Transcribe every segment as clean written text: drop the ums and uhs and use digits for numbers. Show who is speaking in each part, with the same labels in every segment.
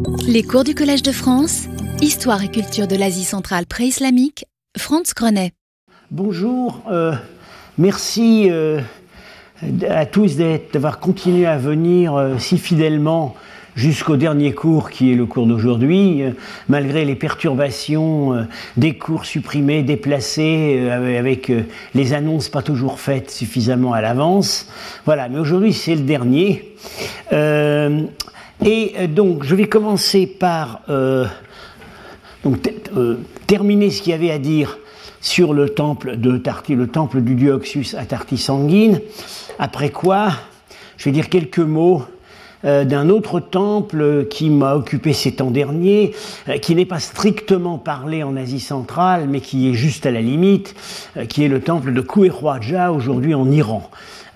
Speaker 1: Les cours du Collège de France, Histoire et culture de l'Asie centrale pré-islamique, Franz Grenet.
Speaker 2: Bonjour, merci à tous d'avoir continué à venir si fidèlement jusqu'au dernier cours qui est le cours d'aujourd'hui, malgré les perturbations des cours supprimés, déplacés, avec les annonces pas toujours faites suffisamment à l'avance. Voilà, mais aujourd'hui c'est le dernier. Donc je vais commencer par terminer ce qu'il y avait à dire sur le temple de Tarti, le temple du dieu Oxus à Tarti-Sanguine, après quoi je vais dire quelques mots d'un autre temple qui m'a occupé ces temps derniers, qui n'est pas strictement parlé en Asie centrale, mais qui est juste à la limite, qui est le temple de Kuhe-Khwaja, aujourd'hui en Iran,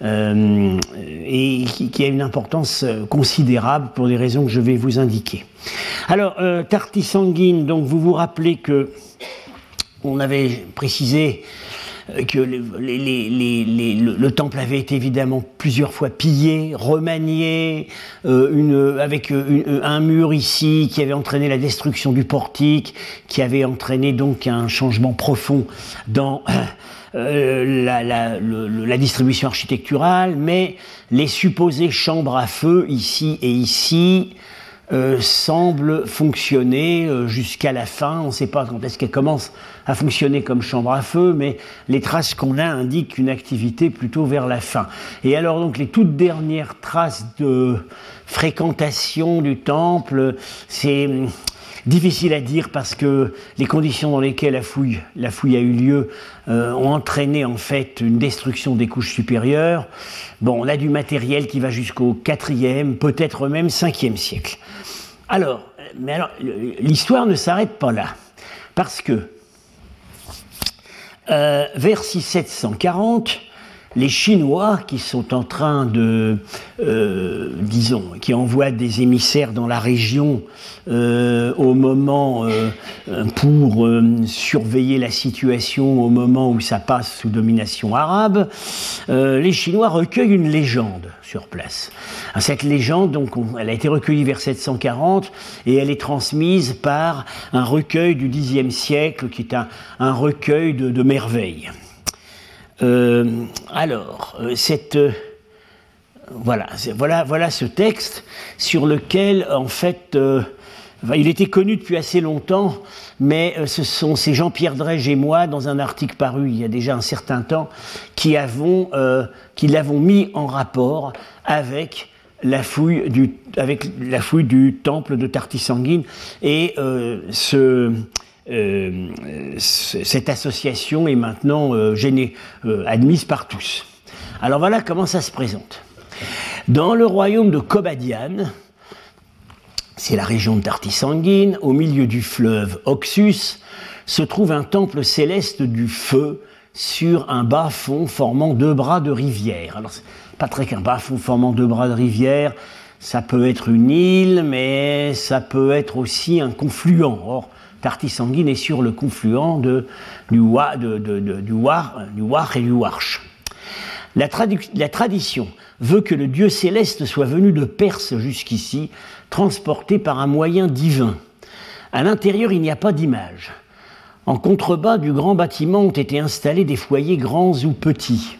Speaker 2: et qui a une importance considérable pour des raisons que je vais vous indiquer. Alors, Tarti-Sanguine, donc vous vous rappelez que on avait précisé que le temple avait été évidemment plusieurs fois pillé, remanié, avec un mur ici qui avait entraîné la destruction du portique, qui avait entraîné donc un changement profond dans la distribution architecturale, mais les supposées chambres à feu ici et ici semble fonctionner jusqu'à la fin. On ne sait pas quand est-ce qu'elle commence à fonctionner comme chambre à feu, mais les traces qu'on a indiquent une activité plutôt vers la fin. Et alors donc les toutes dernières traces de fréquentation du temple, c'est difficile à dire parce que les conditions dans lesquelles la fouille a eu lieu ont entraîné en fait une destruction des couches supérieures. Bon, on a du matériel qui va jusqu'au 4e, peut-être même 5e siècle. Alors, l'histoire ne s'arrête pas là, parce que vers 6740, les Chinois qui sont en train de, qui envoient des émissaires dans la région au moment pour surveiller la situation au moment où ça passe sous domination arabe, les Chinois recueillent une légende sur place. Cette légende, donc, elle a été recueillie vers 740 et elle est transmise par un recueil du Xe siècle qui est un recueil de merveilles. Voilà ce texte sur lequel, en fait, il était connu depuis assez longtemps, mais c'est Jean-Pierre Drège et moi, dans un article paru il y a déjà un certain temps, qui l'avons mis en rapport avec la fouille du temple de Tarti-Sanguine et cette association est maintenant admise par tous. Alors voilà comment ça se présente. Dans le royaume de Kobadian, c'est la région de Tarti-Sanguine, au milieu du fleuve Oxus, se trouve un temple céleste du feu sur un bas-fond formant deux bras de rivière. Alors, c'est pas très qu'un bas-fond formant deux bras de rivière, ça peut être une île, mais ça peut être aussi un confluent. Or, Tarti-Sanguine est sur le confluent du War et du Warch. La tradition veut que le dieu céleste soit venu de Perse jusqu'ici, transporté par un moyen divin. À l'intérieur, il n'y a pas d'image. En contrebas du grand bâtiment ont été installés des foyers grands ou petits.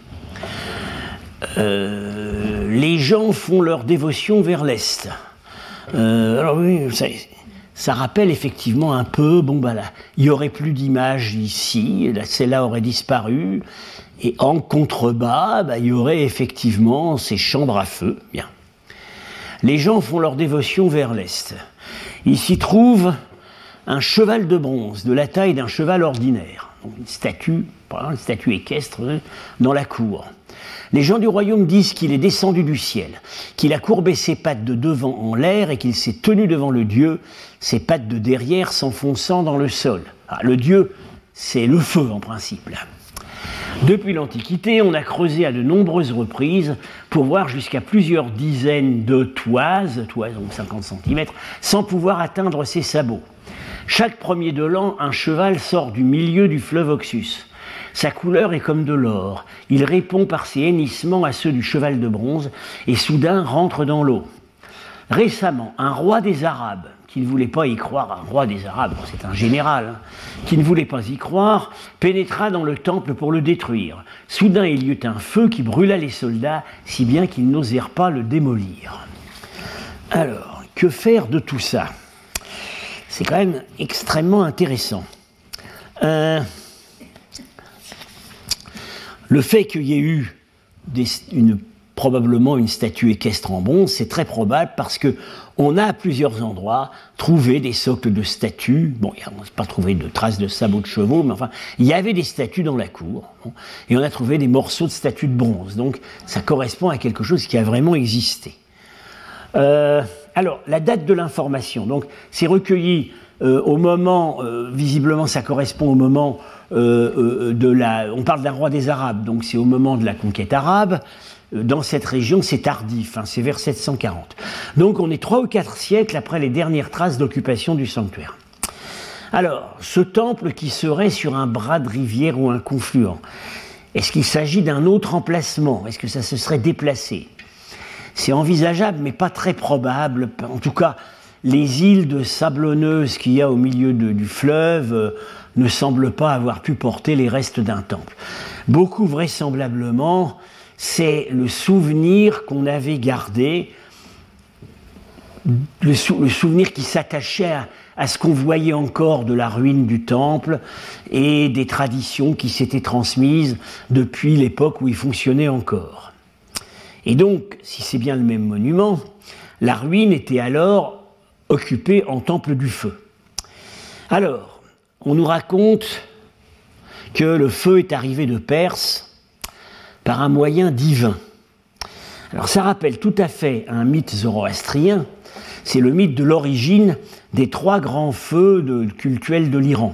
Speaker 2: Les gens font leur dévotion vers l'est. Alors oui, ça rappelle effectivement un peu, il n'y aurait plus d'image ici, celle-là aurait disparu, et en contrebas, il y aurait effectivement ces chambres à feu. Bien. Les gens font leur dévotion vers l'est. Il s'y trouve un cheval de bronze, de la taille d'un cheval ordinaire, donc une statue équestre dans la cour. Les gens du royaume disent qu'il est descendu du ciel, qu'il a courbé ses pattes de devant en l'air et qu'il s'est tenu devant le dieu, ses pattes de derrière s'enfonçant dans le sol. Le dieu, c'est le feu en principe, là. Depuis l'Antiquité, on a creusé à de nombreuses reprises pour voir jusqu'à plusieurs dizaines de toises, donc 50 cm, sans pouvoir atteindre ses sabots. Chaque premier de l'an, un cheval sort du milieu du fleuve Oxus. Sa couleur est comme de l'or. Il répond par ses hennissements à ceux du cheval de bronze et soudain rentre dans l'eau. récemment, un roi des Arabes, qui ne voulait pas y croire, un roi des Arabes, c'est un général, hein, qui ne voulait pas y croire, pénétra dans le temple pour le détruire. Soudain, il y eut un feu qui brûla les soldats, si bien qu'ils n'osèrent pas le démolir. Alors, que faire de tout ça? C'est quand même extrêmement intéressant. Le fait qu'il y ait eu probablement une statue équestre en bronze, c'est très probable parce qu'on a à plusieurs endroits trouvé des socles de statues. Bon, on n'a pas trouvé de traces de sabots de chevaux, mais enfin, il y avait des statues dans la cour. Bon, et on a trouvé des morceaux de statues de bronze. Donc, ça correspond à quelque chose qui a vraiment existé. Alors, la date de l'information. Donc, c'est recueilli au moment, visiblement, ça correspond au moment on parle d'un roi des Arabes, donc c'est au moment de la conquête arabe. Dans cette région, c'est tardif, hein, c'est vers 740. Donc on est 3 ou 4 siècles après les dernières traces d'occupation du sanctuaire. Alors, ce temple qui serait sur un bras de rivière ou un confluent, est-ce qu'il s'agit d'un autre emplacement? Est-ce que ça se serait déplacé? C'est envisageable, mais pas très probable. En tout cas, les îles de sablonneuses qu'il y a au milieu du fleuve ne semblent pas avoir pu porter les restes d'un temple. Beaucoup vraisemblablement, c'est le souvenir qu'on avait gardé, le souvenir qui s'attachait à ce qu'on voyait encore de la ruine du temple et des traditions qui s'étaient transmises depuis l'époque où il fonctionnait encore. Et donc, si c'est bien le même monument, la ruine était alors occupée en temple du feu. Alors, on nous raconte que le feu est arrivé de Perse par un moyen divin. Alors ça rappelle tout à fait un mythe zoroastrien, c'est le mythe de l'origine des 3 grands feux cultuels de l'Iran.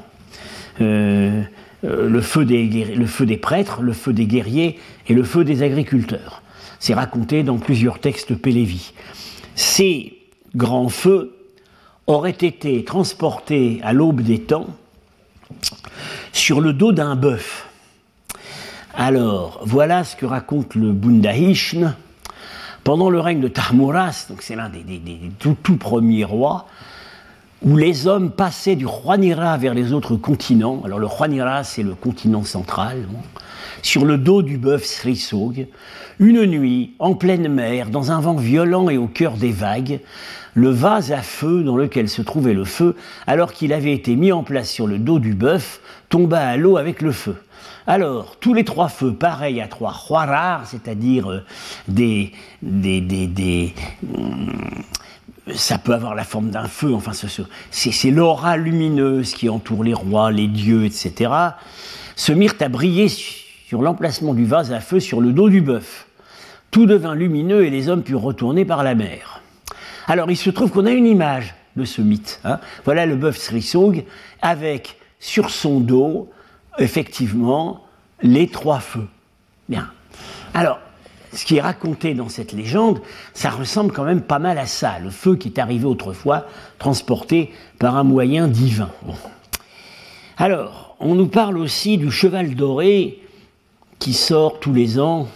Speaker 2: Le feu des prêtres, le feu des guerriers et le feu des agriculteurs. C'est raconté dans plusieurs textes pélévis. Ces grands feux auraient été transportés à l'aube des temps sur le dos d'un bœuf. Alors, voilà ce que raconte le Bundahishn. Pendant le règne de Tahmouras, donc c'est l'un des tout premiers rois, où les hommes passaient du Huanira vers les autres continents. Alors le Huanira, c'est le continent central. Bon, sur le dos du bœuf Srisog, une nuit, en pleine mer, dans un vent violent et au cœur des vagues, le vase à feu dans lequel se trouvait le feu, alors qu'il avait été mis en place sur le dos du bœuf, tomba à l'eau avec le feu. Alors, tous les 3 feux, pareils à 3 huarar, c'est-à-dire ça peut avoir la forme d'un feu, enfin, c'est l'aura lumineuse qui entoure les rois, les dieux, etc., se mirent à briller sur l'emplacement du vase à feu sur le dos du bœuf. Tout devint lumineux et les hommes purent retourner par la mer. Alors, il se trouve qu'on a une image de ce mythe. Hein. Voilà le bœuf Srisog avec, sur son dos, effectivement, les 3 feux. Bien. Alors, ce qui est raconté dans cette légende, ça ressemble quand même pas mal à ça. Le feu qui est arrivé autrefois, transporté par un moyen divin. Bon. Alors, on nous parle aussi du cheval doré qui sort tous les ans,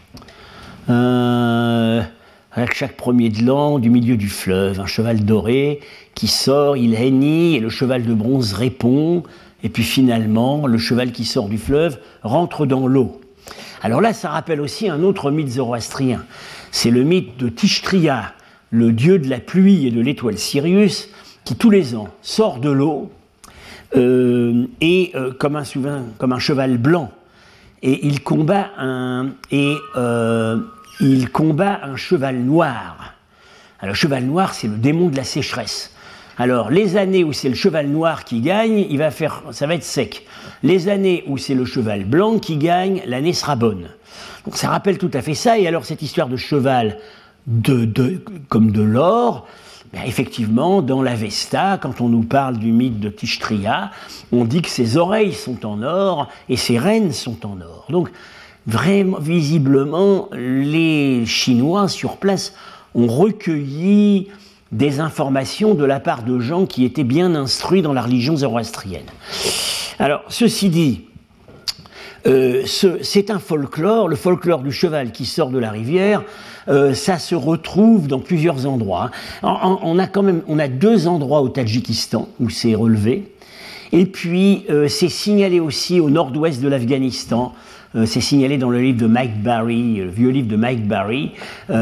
Speaker 2: avec chaque premier de l'an, du milieu du fleuve. Un cheval doré qui sort, il hennit, et le cheval de bronze répond. Et puis finalement, le cheval qui sort du fleuve rentre dans l'eau. Alors là, ça rappelle aussi un autre mythe zoroastrien. C'est le mythe de Tishtria, le dieu de la pluie et de l'étoile Sirius, qui tous les ans sort de l'eau comme un cheval blanc. Et il combat un cheval noir. Alors, le cheval noir, c'est le démon de la sécheresse. Alors, les années où c'est le cheval noir qui gagne, ça va être sec. Les années où c'est le cheval blanc qui gagne, l'année sera bonne. Donc ça rappelle tout à fait ça. Et alors, cette histoire de cheval comme de l'or, ben effectivement, dans l'Avesta, quand on nous parle du mythe de Tishtria, on dit que ses oreilles sont en or et ses rênes sont en or. Donc, vraiment, visiblement, les Chinois sur place ont recueilli des informations de la part de gens qui étaient bien instruits dans la religion zoroastrienne. Alors, ceci dit, C'est un folklore, le folklore du cheval qui sort de la rivière. Ça se retrouve dans plusieurs endroits. On a 2 endroits au Tadjikistan où c'est relevé. Et puis, c'est signalé aussi au nord-ouest de l'Afghanistan. C'est signalé dans le livre de Mike Barry, le vieux livre de Mike Barry. Il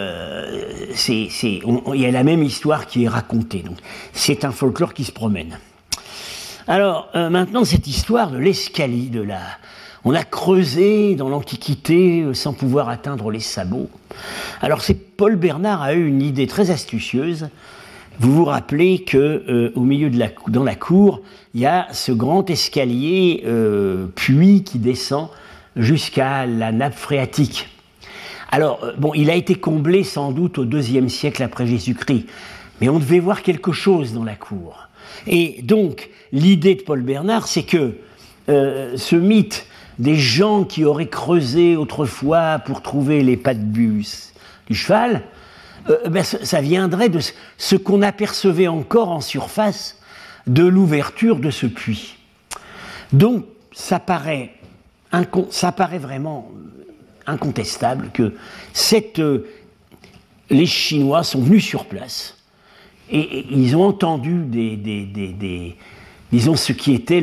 Speaker 2: y a la même histoire qui est racontée. Donc, c'est un folklore qui se promène. Alors, maintenant, cette histoire de l'escalier, on a creusé dans l'Antiquité sans pouvoir atteindre les sabots. Alors, Paul Bernard a eu une idée très astucieuse. Vous vous rappelez que au milieu dans la cour, il y a ce grand escalier puits qui descend jusqu'à la nappe phréatique. Alors, il a été comblé sans doute au IIe siècle après Jésus-Christ, mais on devait voir quelque chose dans la cour. Et donc, l'idée de Paul Bernard, c'est que ce mythe des gens qui auraient creusé autrefois pour trouver les pattes du cheval, ça viendrait de ce qu'on apercevait encore en surface de l'ouverture de ce puits. Donc, ça paraît vraiment incontestable que les Chinois sont venus sur place et ils ont entendu disons, ce qui était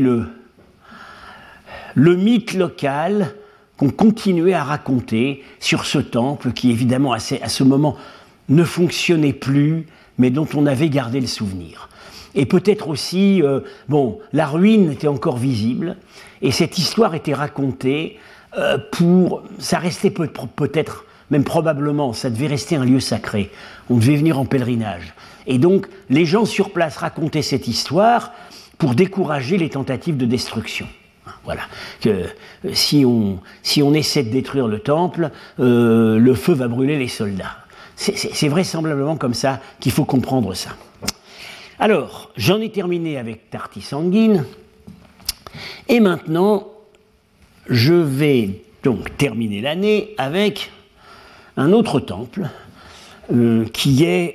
Speaker 2: le mythe local qu'on continuait à raconter sur ce temple qui, évidemment, à ce moment, ne fonctionnait plus, mais dont on avait gardé le souvenir. Et peut-être aussi, la ruine était encore visible, et cette histoire était racontée ça restait peut-être, même probablement, ça devait rester un lieu sacré. On devait venir en pèlerinage. Et donc, les gens sur place racontaient cette histoire pour décourager les tentatives de destruction. Voilà. Que si on essaie de détruire le temple, le feu va brûler les soldats. C'est vraisemblablement comme ça qu'il faut comprendre ça. Alors, j'en ai terminé avec Tarti Sanguine. Et maintenant, je vais donc terminer l'année avec un autre temple qui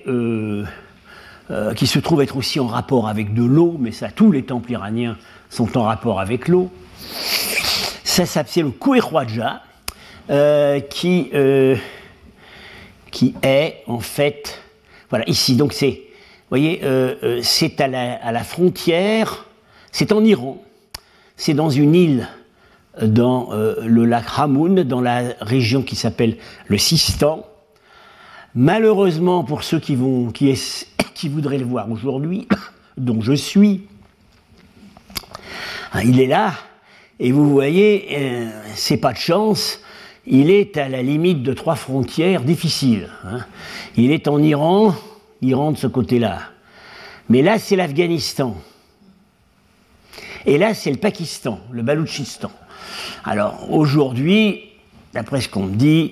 Speaker 2: se trouve être aussi en rapport avec de l'eau, mais ça, tous les temples iraniens sont en rapport avec l'eau. Ça s'appelle le Kuerwaja, qui est en fait, voilà, ici, donc c'est, vous voyez, c'est à la frontière, c'est en Iran, c'est dans une île dans le lac Hamoun, dans la région qui s'appelle le Sistan. Malheureusement, pour ceux qui voudraient le voir aujourd'hui, dont je suis, il est là, et vous voyez, c'est pas de chance, il est à la limite de 3 frontières difficiles. Il est en Iran de ce côté-là. Mais là, c'est l'Afghanistan. Et là, c'est le Pakistan, le Baloutchistan. Alors, aujourd'hui, d'après ce qu'on me dit,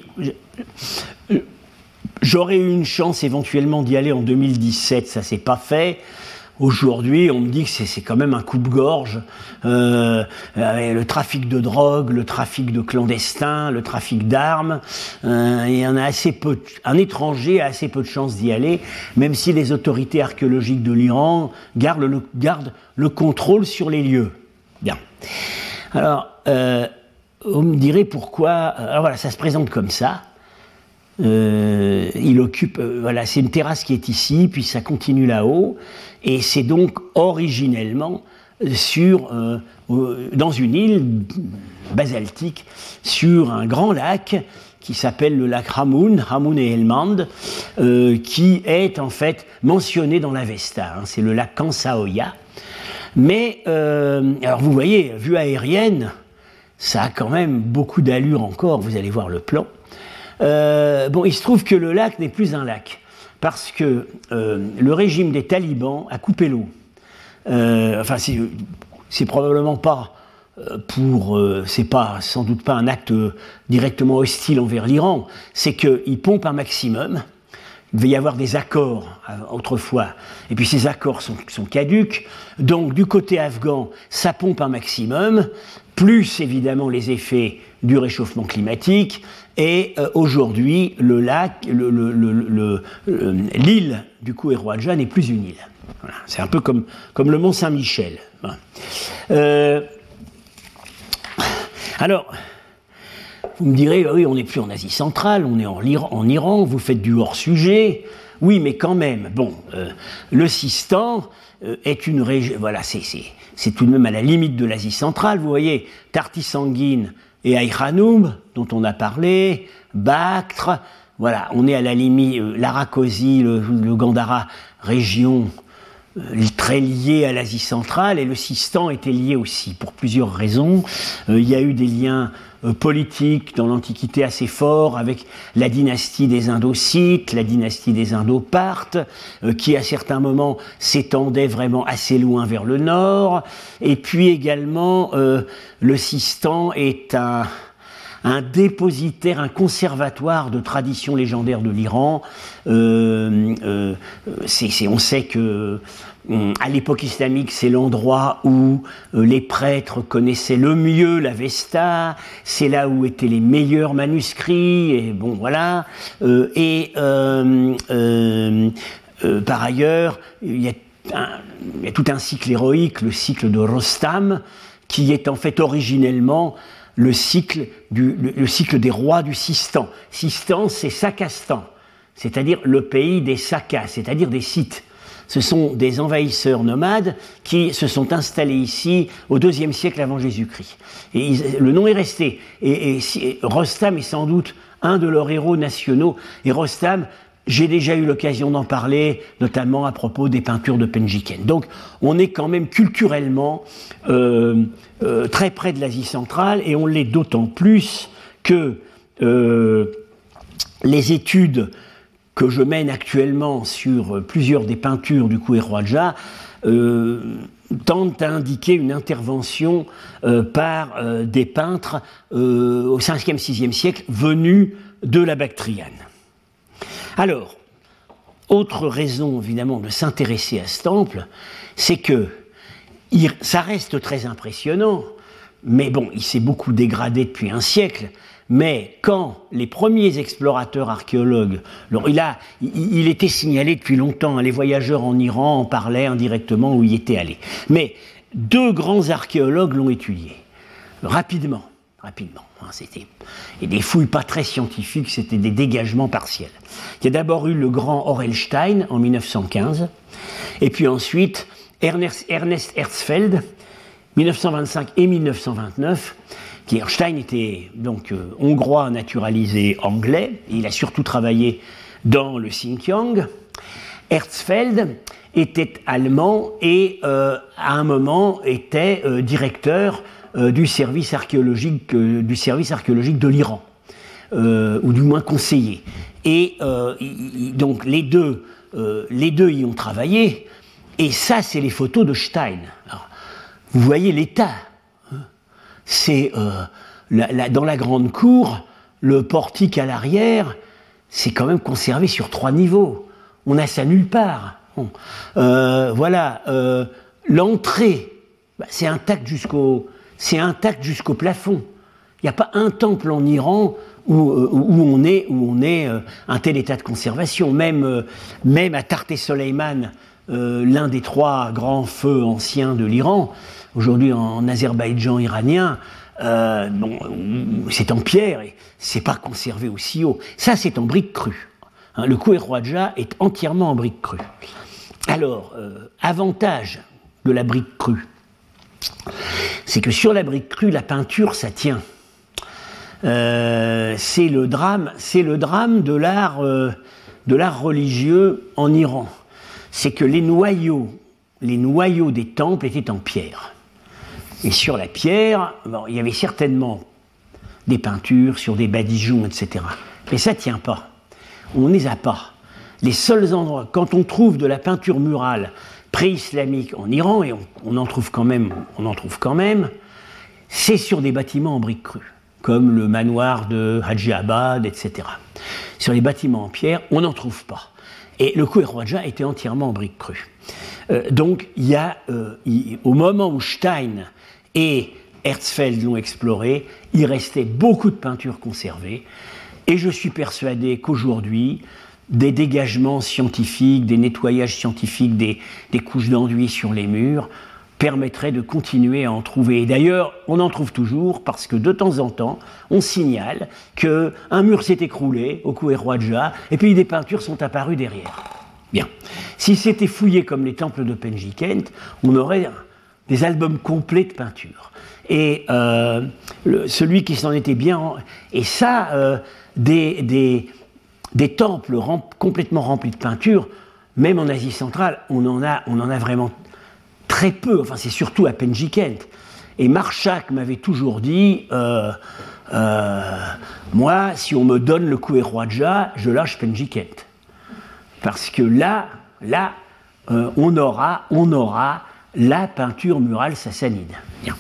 Speaker 2: j'aurais eu une chance éventuellement d'y aller en 2017, ça s'est pas fait. Aujourd'hui, on me dit que c'est quand même un coupe-gorge. Le trafic de drogue, le trafic de clandestins, le trafic d'armes. Il y en a assez peu. Un étranger a assez peu de chances d'y aller, même si les autorités archéologiques de l'Iran gardent le contrôle sur les lieux. Bien. Alors, on me dirait pourquoi. Alors voilà, ça se présente comme ça. Il occupe, voilà, c'est une terrasse qui est ici, puis ça continue là-haut, et c'est donc originellement dans une île basaltique, sur un grand lac qui s'appelle le lac Hamoun et Helmand, qui est en fait mentionné dans l'Avesta, c'est le lac Kansaoya. Mais, alors vous voyez, vue aérienne, ça a quand même beaucoup d'allure encore, vous allez voir le plan. Il se trouve que le lac n'est plus un lac, parce que le régime des talibans a coupé l'eau. C'est probablement pas c'est pas sans doute pas un acte directement hostile envers l'Iran, c'est qu'ils pompent un maximum. Il devait y avoir des accords autrefois, et puis ces accords sont caducs, donc du côté afghan, ça pompe un maximum, plus évidemment les effets du réchauffement climatique, et aujourd'hui, le lac, l'île du Kuerwaja n'est plus une île. Voilà. C'est un peu comme le Mont Saint-Michel. Voilà. Alors, vous me direz, oui, on n'est plus en Asie centrale, on est en Iran, vous faites du hors-sujet. Oui, mais quand même, bon, le Sistan est une région, voilà, c'est tout de même à la limite de l'Asie centrale. Vous voyez, Tarti-Sanguine et Aïkhanoum, dont on a parlé, Bactre, voilà, on est à la limite, l'Arakosi, le Gandhara, région très liée à l'Asie centrale, et le Sistan était lié aussi, pour plusieurs raisons. Il y a eu des liens politiques dans l'Antiquité assez forts avec la dynastie des Indocites, la dynastie des Indo-Parthes, qui à certains moments s'étendait vraiment assez loin vers le nord. Et puis également, le Sistan est un dépositaire, un conservatoire de traditions légendaires de l'Iran. On sait que à l'époque islamique, c'est l'endroit où les prêtres connaissaient le mieux l'Avesta, c'est là où étaient les meilleurs manuscrits, et bon voilà. Par ailleurs, il y a tout un cycle héroïque, le cycle de Rostam, qui est en fait originellement le cycle des rois du Sistan. Sistan, c'est Sakastan, c'est-à-dire le pays des Sakas, c'est-à-dire des Scythes. Ce sont des envahisseurs nomades qui se sont installés ici au IIe siècle avant Jésus-Christ. Et le nom est resté. Et Rostam est sans doute un de leurs héros nationaux. Et Rostam, j'ai déjà eu l'occasion d'en parler, notamment à propos des peintures de Penjiken. Donc, on est quand même culturellement très près de l'Asie centrale, et on l'est d'autant plus que les études que je mène actuellement sur plusieurs des peintures du Kuhe-Roaja tentent à indiquer une intervention par des peintres au 5e, 6e siècle venus de la Bactriane. Alors, autre raison évidemment de s'intéresser à ce temple, c'est que ça reste très impressionnant, mais bon, il s'est beaucoup dégradé depuis un siècle. Mais quand les premiers explorateurs archéologues, alors il était signalé depuis longtemps, les voyageurs en Iran en parlaient indirectement où ils étaient allés. Mais deux grands archéologues l'ont étudié, rapidement. C'était des fouilles pas très scientifiques, c'était des dégagements partiels. Il y a d'abord eu le grand Orelstein en 1915, et puis ensuite Ernest Herzfeld, 1925 et 1929. Stein était donc hongrois naturalisé anglais, il a surtout travaillé dans le Xinjiang. Herzfeld était allemand et à un moment était directeur du service archéologique de l'Iran, ou du moins conseiller. Et donc les deux y ont travaillé, et ça c'est les photos de Stein. Alors, vous voyez l'état. C'est dans la grande cour, le portique à l'arrière, c'est quand même conservé sur 3 niveaux. On a ça nulle part. Bon. L'entrée, c'est intact jusqu'au plafond. Il n'y a pas un temple en Iran où on est un tel état de conservation. Même à Tarte Soleiman, l'un des 3 grands feux anciens de l'Iran, aujourd'hui en Azerbaïdjan iranien, c'est en pierre et c'est pas conservé aussi haut. Ça, c'est en briques crues. Le Kuhe-Roaja est entièrement en briques crues. Alors, avantage de la brique crue, c'est que sur la brique crue, la peinture, ça tient. C'est le drame de l'art religieux en Iran. C'est que les noyaux des temples étaient en pierre. Et sur la pierre, il y avait certainement des peintures sur des badigeons, etc. Mais ça ne tient pas. On ne les a pas. Les seuls endroits, quand on trouve de la peinture murale pré-islamique en Iran, et on en trouve quand même, c'est sur des bâtiments en briques crues, comme le manoir de Haji Abad, etc. Sur les bâtiments en pierre, on n'en trouve pas. Et le Kuhe-Roaja était entièrement en briques crues. Donc, au moment où Stein et Herzfeld l'ont exploré, il restait beaucoup de peintures conservées, et je suis persuadé qu'aujourd'hui, des dégagements scientifiques, des nettoyages scientifiques, des couches d'enduit sur les murs permettrait de continuer à en trouver. Et d'ailleurs, on en trouve toujours parce que de temps en temps, on signale qu'un mur s'est écroulé au Kuhe-Roadja et puis des peintures sont apparues derrière. Bien. Si c'était fouillé comme les temples de Penjikent, on aurait des albums complets de peintures. Et celui qui s'en était bien... Et ça, des temples complètement remplis de peintures, même en Asie centrale, on en a vraiment très peu. Enfin, c'est surtout à Penjikent. Et Marchak m'avait toujours dit, moi, si on me donne le Kuhe-Roadja, je lâche Penjikent. Parce que là, on aura la peinture murale sassanide. Bien.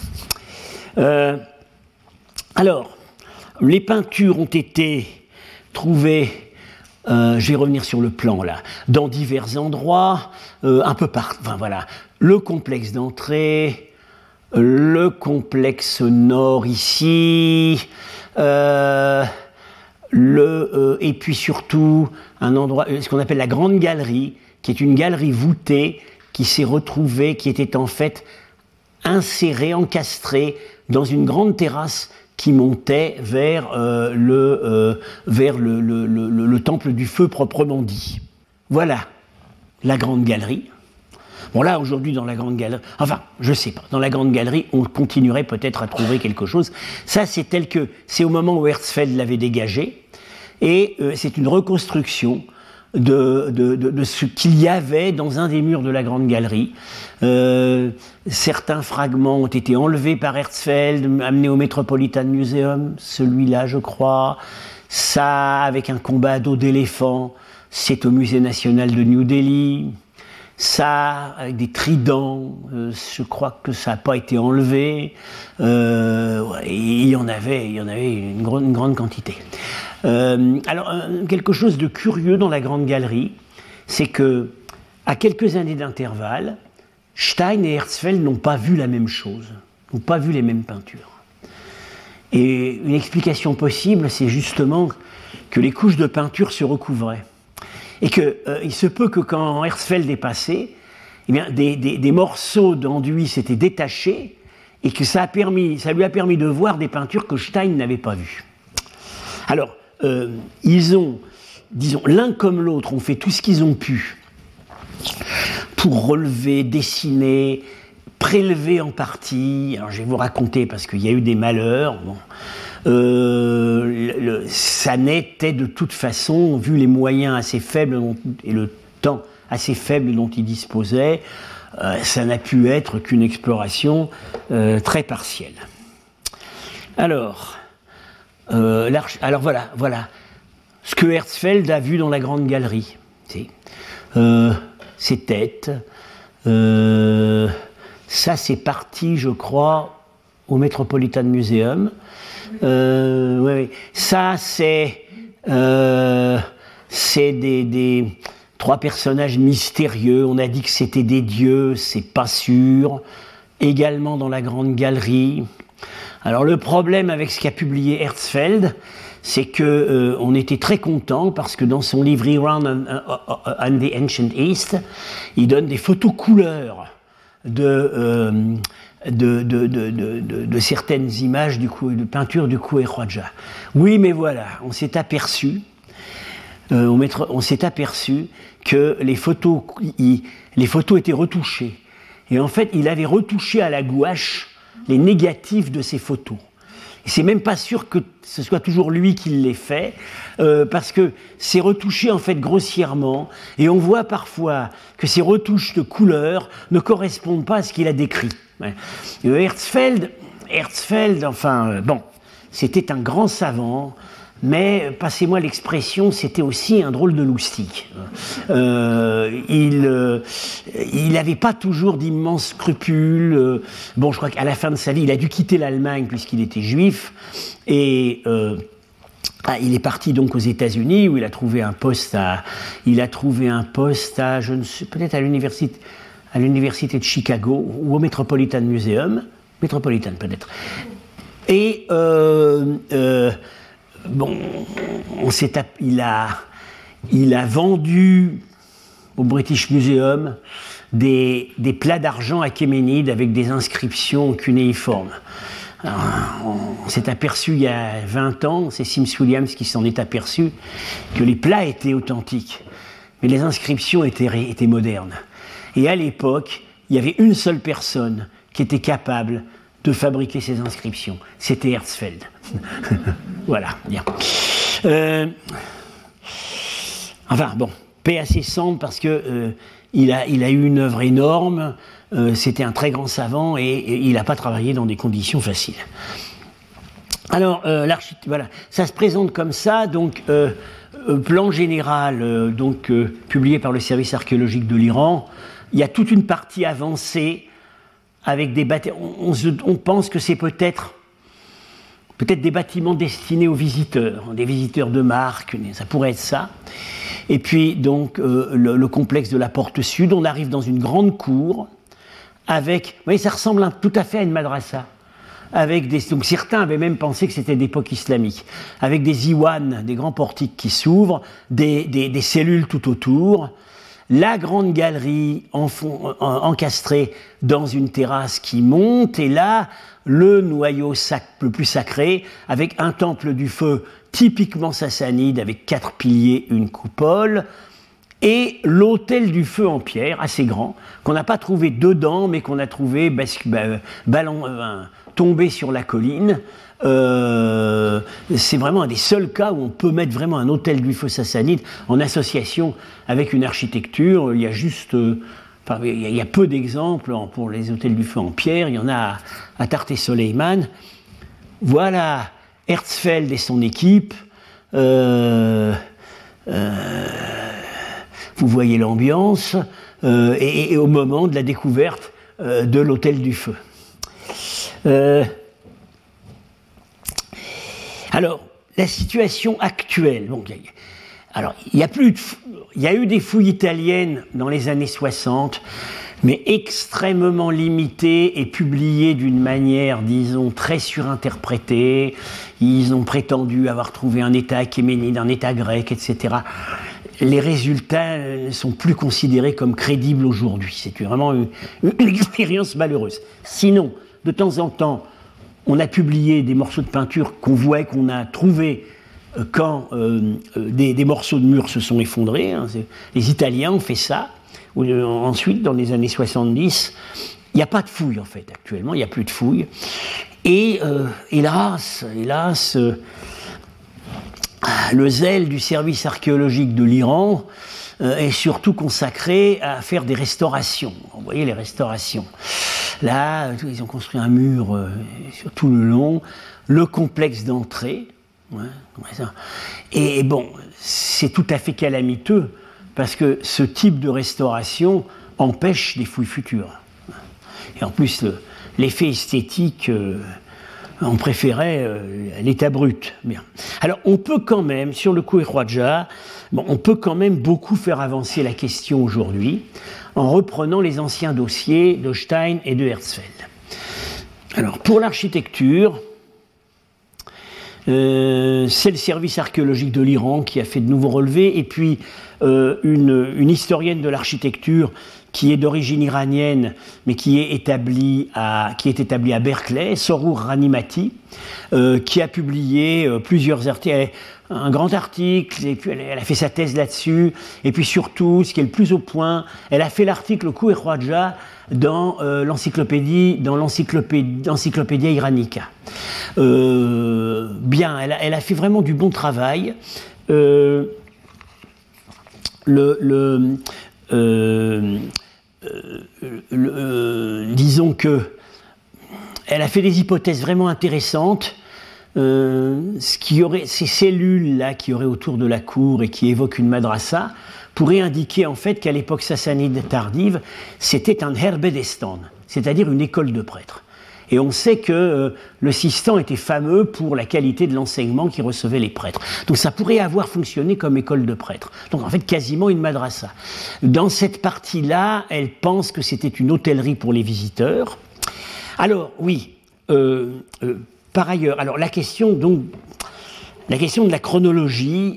Speaker 2: Alors, les peintures ont été trouvées, je vais revenir sur le plan là, dans divers endroits, un peu partout. Enfin voilà, le complexe d'entrée, le complexe nord ici, et puis surtout un endroit, ce qu'on appelle la Grande Galerie, qui est une galerie voûtée qui s'est retrouvée, qui était en fait insérée, encastrée dans une grande terrasse qui montait vers le temple du feu proprement dit. Voilà la Grande Galerie. Bon là, aujourd'hui, dans la Grande Galerie, enfin, je sais pas, dans la Grande Galerie, on continuerait peut-être à trouver quelque chose. Ça, c'est au moment où Herzfeld l'avait dégagé, et c'est une reconstruction de ce qu'il y avait dans un des murs de la Grande Galerie. Certains fragments ont été enlevés par Herzfeld, amenés au Metropolitan Museum, celui-là je crois. Ça, avec un combat à dos d'éléphant, c'est au Musée National de New Delhi. Ça, avec des tridents, je crois que ça n'a pas été enlevé. Il y en avait une grande quantité. Alors, quelque chose de curieux dans la Grande Galerie, c'est que, à quelques années d'intervalle, Stein et Herzfeld n'ont pas vu la même chose, n'ont pas vu les mêmes peintures. Et une explication possible, c'est justement que les couches de peinture se recouvraient. Et qu'il se peut que quand Herzfeld est passé, eh bien, des morceaux d'enduit s'étaient détachés et que ça lui a permis de voir des peintures que Stein n'avait pas vues. Alors, ils ont, disons, l'un comme l'autre, ont fait tout ce qu'ils ont pu pour relever, dessiner, prélever en partie. Alors, je vais vous raconter parce qu'il y a eu des malheurs. Bon. Ça n'était de toute façon, vu les moyens assez faibles et le temps assez faible dont ils disposaient, ça n'a pu être qu'une exploration très partielle. Alors voilà ce que Herzfeld a vu dans la Grande Galerie. Ces têtes, ça c'est parti, je crois, au Metropolitan Museum. Oui. Ça, c'est des trois personnages mystérieux. On a dit que c'était des dieux, c'est pas sûr. Également dans la Grande Galerie. Alors, le problème avec ce qu'a publié Herzfeld, c'est que on était très content parce que dans son livre Iran and the Ancient East, il donne des photos couleurs de certaines images de peinture du Kuhe-Roadja. Oui, mais voilà, on s'est aperçu que les photos étaient retouchées. Et en fait, il avait retouché à la gouache les négatifs de ces photos. Et c'est même pas sûr que ce soit toujours lui qui les fait, parce que c'est retouché en fait grossièrement, et on voit parfois que ces retouches de couleurs ne correspondent pas à ce qu'il a décrit. Ouais. Herzfeld, enfin, bon, c'était un grand savant, mais, passez-moi l'expression, c'était aussi un drôle de loustic. Il n'avait pas toujours d'immenses scrupules. Bon, je crois qu'à la fin de sa vie, il a dû quitter l'Allemagne puisqu'il était juif, et il est parti donc aux États-Unis où il a trouvé un poste à, je ne sais, peut-être à l'université de Chicago ou au Metropolitan Museum, Metropolitan peut-être. Et bon, il a vendu au British Museum des plats d'argent achéménides avec des inscriptions cunéiformes. Alors, on s'est aperçu il y a 20 ans, c'est Sims Williams qui s'en est aperçu, que les plats étaient authentiques, mais les inscriptions étaient modernes. Et à l'époque, il y avait une seule personne qui était capable de fabriquer ces inscriptions. C'était Herzfeld. Voilà, bien. Enfin, bon, paix à ses cendres parce que il a eu une œuvre énorme, c'était un très grand savant et il n'a pas travaillé dans des conditions faciles. Alors, voilà, ça se présente comme ça, donc plan général, publié par le service archéologique de l'Iran. Il y a toute une partie avancée avec des bâtiments. On pense que c'est peut-être des bâtiments destinés aux visiteurs, des visiteurs de marque, ça pourrait être ça. Et puis donc le complexe de la porte sud, on arrive dans une grande cour avec, vous voyez, ça ressemble tout à fait à une madrasa. Donc certains avaient même pensé que c'était d'époque islamique, avec des iwans, des grands portiques qui s'ouvrent, des cellules tout autour, la grande galerie encastrée dans une terrasse qui monte, et là, le noyau le plus sacré, avec un temple du feu typiquement sassanide, avec 4 piliers, une coupole, et l'autel du feu en pierre, assez grand, qu'on n'a pas trouvé dedans, mais qu'on a trouvé tombé sur la colline. C'est vraiment un des seuls cas où on peut mettre vraiment un autel du feu sassanide en association avec une architecture. Il y a juste... il y a peu d'exemples pour les autels du feu en pierre. Il y en a à Tarté Soleiman. Voilà Herzfeld et son équipe. Vous voyez l'ambiance. Et au moment de la découverte de l'autel du feu. Alors, la situation actuelle. Bon, il y a eu des fouilles italiennes dans les années 60, mais extrêmement limitées et publiées d'une manière, disons, très surinterprétée. Ils ont prétendu avoir trouvé un État achéménide, un État grec, etc. Les résultats ne sont plus considérés comme crédibles aujourd'hui. C'est vraiment une expérience malheureuse. Sinon, de temps en temps, on a publié des morceaux de peinture qu'on a trouvés quand des morceaux de murs se sont effondrés. Les Italiens ont fait ça. Ensuite, dans les années 70, il n'y a pas de fouilles, en fait, actuellement, il n'y a plus de fouilles. Et hélas, le zèle du service archéologique de l'Iran est surtout consacré à faire des restaurations. Vous voyez les restaurations. Là, ils ont construit un mur sur tout le long, le complexe d'entrée. Et bon, c'est tout à fait calamiteux parce que ce type de restauration empêche des fouilles futures. Et en plus, l'effet esthétique, on préférait l'état brut. Bien. Alors, on peut quand même, sur le Koué-Khwaja, on peut quand même beaucoup faire avancer la question aujourd'hui en reprenant les anciens dossiers de Stein et de Herzfeld. Alors, pour l'architecture, c'est le service archéologique de l'Iran qui a fait de nouveaux relevés, et puis une historienne de l'architecture qui est d'origine iranienne, mais qui est établie à Berkeley, Sorour Ranimati, qui a publié plusieurs articles, un grand article, et puis elle a fait sa thèse là-dessus, et puis surtout, ce qui est le plus au point, elle a fait l'article Koué-Khwaja dans l'encyclopédia Iranica. Bien, elle a fait vraiment du bon travail. Disons que elle a fait des hypothèses vraiment intéressantes. Ces cellules-là qui auraient autour de la cour et qui évoquent une madrasa pourraient indiquer en fait qu'à l'époque sassanide tardive, c'était un herbedestan, c'est-à-dire une école de prêtres. Et on sait que le Sistan était fameux pour la qualité de l'enseignement qui recevait les prêtres. Donc ça pourrait avoir fonctionné comme école de prêtres. Donc en fait quasiment une madrasa. Dans cette partie-là, elle pense que c'était une hôtellerie pour les visiteurs. Alors oui, par ailleurs, alors la question donc, la question de la chronologie,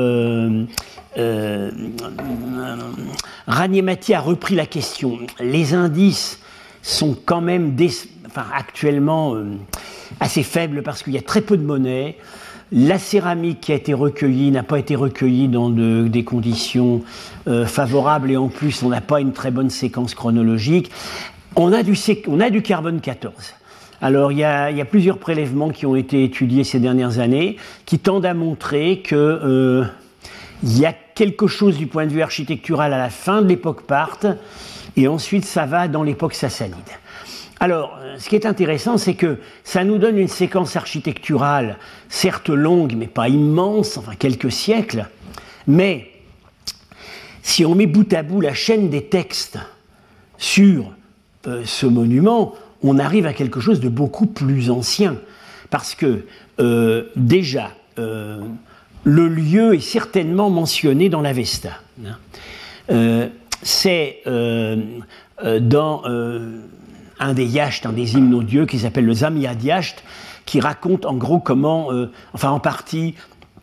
Speaker 2: Raniemati a repris la question. Les indices sont quand même actuellement assez faibles parce qu'il y a très peu de monnaie. La céramique qui a été recueillie n'a pas été recueillie dans des conditions favorables et en plus on n'a pas une très bonne séquence chronologique. On a du carbone 14. Alors il y a plusieurs prélèvements qui ont été étudiés ces dernières années qui tendent à montrer que il y a quelque chose du point de vue architectural à la fin de l'époque parthe et ensuite ça va dans l'époque sassanide. Alors, ce qui est intéressant, c'est que ça nous donne une séquence architecturale, certes longue, mais pas immense, enfin quelques siècles, mais si on met bout à bout la chaîne des textes sur ce monument, on arrive à quelque chose de beaucoup plus ancien, parce que déjà, le lieu est certainement mentionné dans l'Avesta. C'est dans un des yachts, un des hymnes aux dieux qui s'appelle le Zamyad Yacht, qui raconte en gros comment, en partie,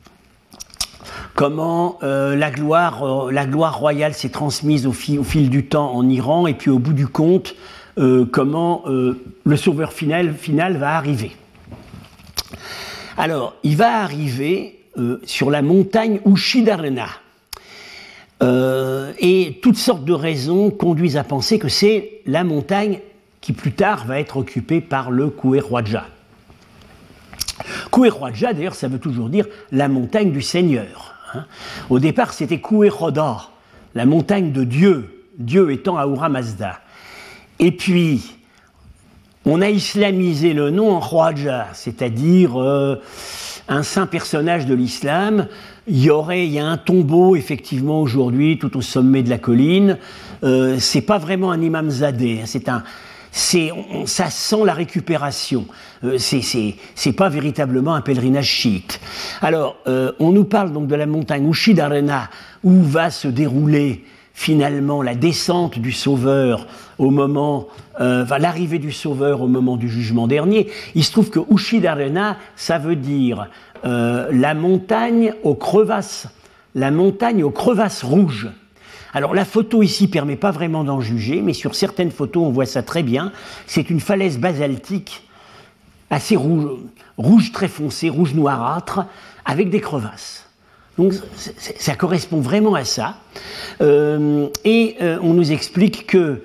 Speaker 2: comment la gloire royale s'est transmise au fil du temps en Iran, et puis au bout du compte, comment le sauveur final va arriver. Alors, il va arriver sur la montagne Ushidarena. Et toutes sortes de raisons conduisent à penser que c'est la montagne qui plus tard va être occupée par le Kuerwaja. Kuerwaja, d'ailleurs, ça veut toujours dire la montagne du Seigneur. Au départ, c'était Kueroda, la montagne de Dieu, Dieu étant Ahura Mazda. Et puis, on a islamisé le nom en Khwaja, c'est-à-dire un saint personnage de l'islam. Il y a un tombeau, effectivement, aujourd'hui, tout au sommet de la colline. C'est pas vraiment un imam zadé, ça sent la récupération. C'est pas véritablement un pèlerinage chiite. Alors, on nous parle donc de la montagne Ushidarena, où va se dérouler finalement la descente du Sauveur au moment, l'arrivée du Sauveur au moment du jugement dernier. Il se trouve que Ushidarena, ça veut dire la montagne aux crevasses rouges. Alors la photo ici ne permet pas vraiment d'en juger, mais sur certaines photos on voit ça très bien. C'est une falaise basaltique assez rouge très foncé, rouge noirâtre, avec des crevasses. Donc ça correspond vraiment à ça. On nous explique que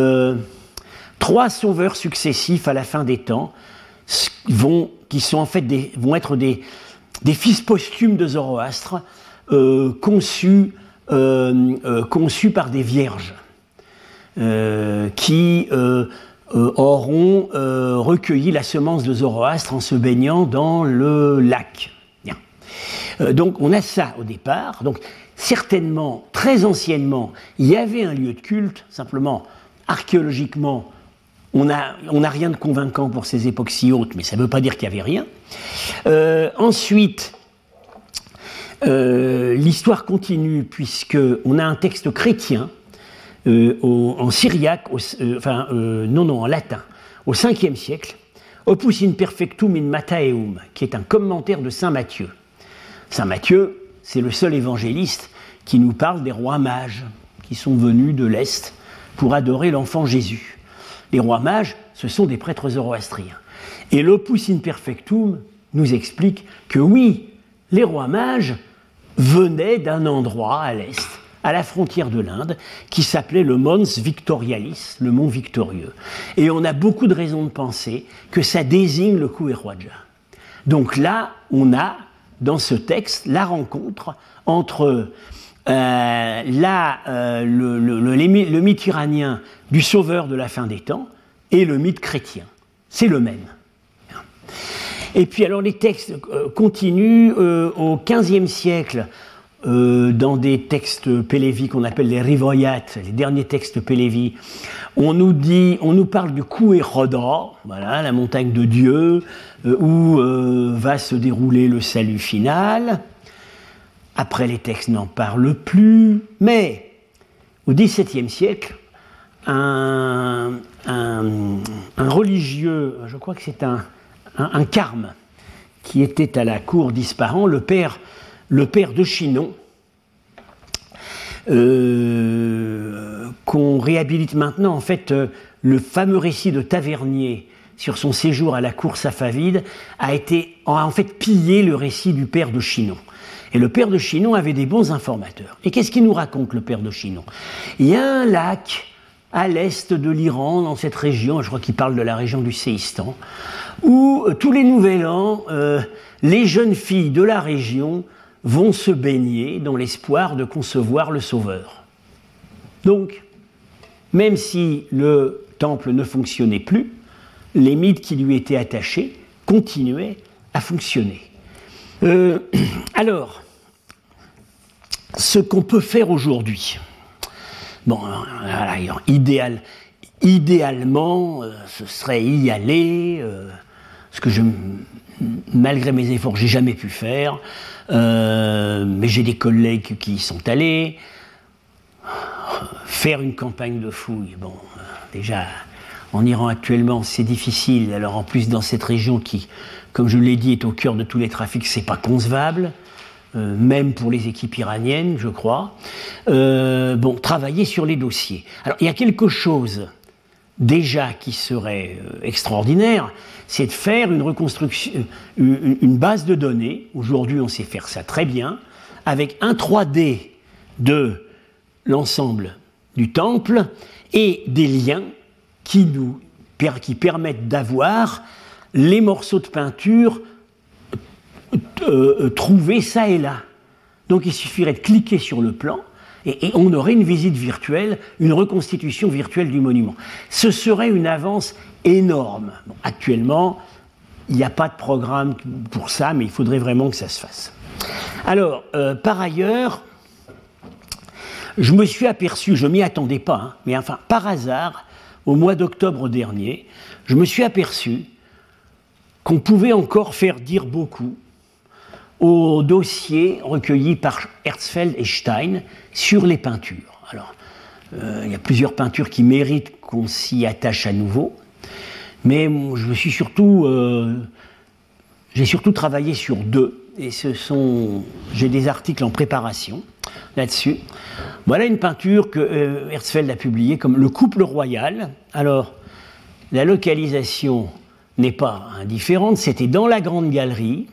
Speaker 2: 3 sauveurs successifs à la fin des temps vont être des fils posthumes de Zoroastre, conçus par des vierges qui auront recueilli la semence de Zoroastre en se baignant dans le lac. Bien. Donc on a ça au départ. Donc certainement, très anciennement, il y avait un lieu de culte, simplement archéologiquement, on n'a rien de convaincant pour ces époques si hautes, mais ça ne veut pas dire qu'il n'y avait rien. Ensuite, l'histoire continue puisqu'on a un texte chrétien en syriaque, en latin, au 5e siècle, Opus Imperfectum in Matthäum, qui est un commentaire de saint Matthieu. Saint Matthieu, c'est le seul évangéliste qui nous parle des rois mages qui sont venus de l'Est pour adorer l'enfant Jésus. Les rois mages, ce sont des prêtres zoroastriens. Et l'Opus Imperfectum nous explique que oui, les rois mages venaient d'un endroit à l'Est, à la frontière de l'Inde, qui s'appelait le Mons Victorialis, le mont victorieux. Et on a beaucoup de raisons de penser que ça désigne le Kuerwaja. Donc là, on a, dans ce texte, la rencontre entre le mythe iranien du sauveur de la fin des temps et le mythe chrétien. C'est le même. Et puis alors les textes continuent au XVe siècle dans des textes pélévis qu'on appelle les rivoyat, les derniers textes pélévis. On nous parle du Kueroda, voilà, la montagne de Dieu, où va se dérouler le salut final. Après, les textes n'en parlent plus, mais au XVIIe siècle, un religieux, je crois que c'est un carme, qui était à la cour d'Ispahan, le père de Chinon, qu'on réhabilite maintenant. En fait, le fameux récit de Tavernier sur son séjour à la cour safavide a en fait pillé le récit du père de Chinon. Et le père de Chinon avait des bons informateurs. Et qu'est-ce qu'il nous raconte, le père de Chinon? Il y a un lac à l'est de l'Iran, dans cette région, je crois qu'il parle de la région du Séistan, où tous les nouvel an, les jeunes filles de la région vont se baigner dans l'espoir de concevoir le Sauveur. Donc, même si le temple ne fonctionnait plus, les mythes qui lui étaient attachés continuaient à fonctionner. Alors, ce qu'on peut faire aujourd'hui, bon, voilà, idéalement, ce serait y aller, ce que malgré mes efforts, j'ai jamais pu faire, mais j'ai des collègues qui y sont allés. Faire une campagne de fouilles, bon, déjà, en Iran actuellement, c'est difficile. Alors en plus, dans cette région qui, comme je l'ai dit, est au cœur de tous les trafics, c'est pas concevable. Même pour les équipes iraniennes, je crois. Bon, travailler sur les dossiers. Alors, il y a quelque chose déjà qui serait extraordinaire, c'est de faire une reconstruction, une base de données. Aujourd'hui, on sait faire ça très bien, avec un 3D de l'ensemble du temple et des liens qui permettent d'avoir les morceaux de peinture trouver ça et là. Donc il suffirait de cliquer sur le plan et on aurait une visite virtuelle, une reconstitution virtuelle du monument. Ce serait une avance énorme. Bon, actuellement, il n'y a pas de programme pour ça, mais il faudrait vraiment que ça se fasse. Alors, par ailleurs, je me suis aperçu, je ne m'y attendais pas, hein, mais enfin, par hasard, au mois d'octobre dernier, je me suis aperçu qu'on pouvait encore faire dire beaucoup aux dossiers recueillis par Herzfeld et Stein sur les peintures. Alors, il y a plusieurs peintures qui méritent qu'on s'y attache à nouveau, mais j'ai surtout travaillé sur deux, et j'ai des articles en préparation là-dessus. Voilà une peinture que Herzfeld a publiée comme Le couple royal. Alors, la localisation n'est pas indifférente, c'était dans la Grande Galerie,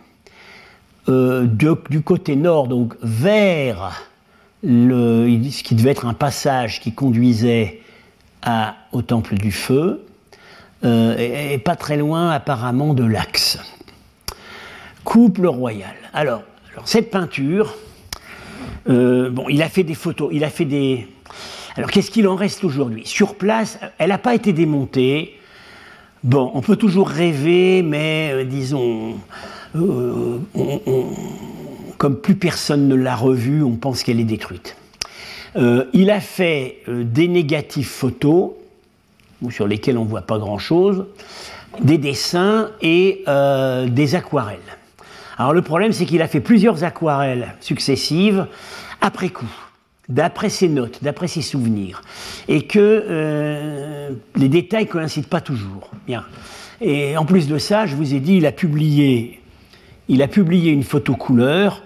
Speaker 2: du côté nord, donc vers ce qui devait être un passage qui conduisait au Temple du Feu, et pas très loin apparemment de l'Axe. Couple royal. Alors cette peinture, bon, il a fait des photos, Alors qu'est-ce qu'il en reste aujourd'hui? Sur place, elle n'a pas été démontée. Bon, on peut toujours rêver, mais disons, comme plus personne ne l'a revue, on pense qu'elle est détruite. Il a fait des négatifs photos, sur lesquels on ne voit pas grand-chose, des dessins et des aquarelles. Alors le problème, c'est qu'il a fait plusieurs aquarelles successives après coup, d'après ses notes, d'après ses souvenirs, et que les détails ne coïncident pas toujours. Bien. Et en plus de ça, je vous ai dit, il a publié une photo couleur,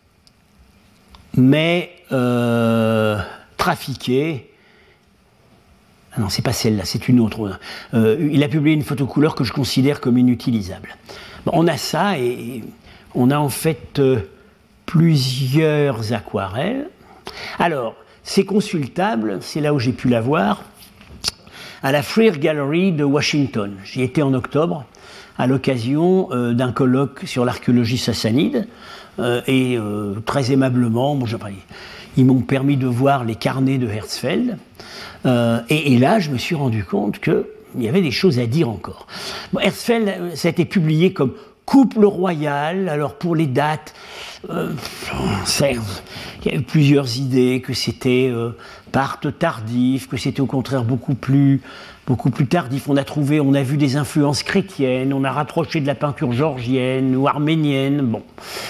Speaker 2: mais trafiquée. Ah non, c'est pas celle-là, c'est une autre. Il a publié une photo couleur que je considère comme inutilisable. Bon, on a ça, et on a en fait plusieurs aquarelles. Alors, c'est consultable, c'est là où j'ai pu la voir, à la Freer Gallery de Washington. J'y étais en octobre, à l'occasion d'un colloque sur l'archéologie sassanide, et très aimablement, ils m'ont permis de voir les carnets de Herzfeld, et là, je me suis rendu compte qu'il y avait des choses à dire encore. Bon, Herzfeld, ça a été publié comme couple royal. Alors pour les dates, il y a eu plusieurs idées, que c'était Parthes tardif, que c'était au contraire beaucoup plus tardif. On a vu des influences chrétiennes, on a rapproché de la peinture georgienne ou arménienne. Bon,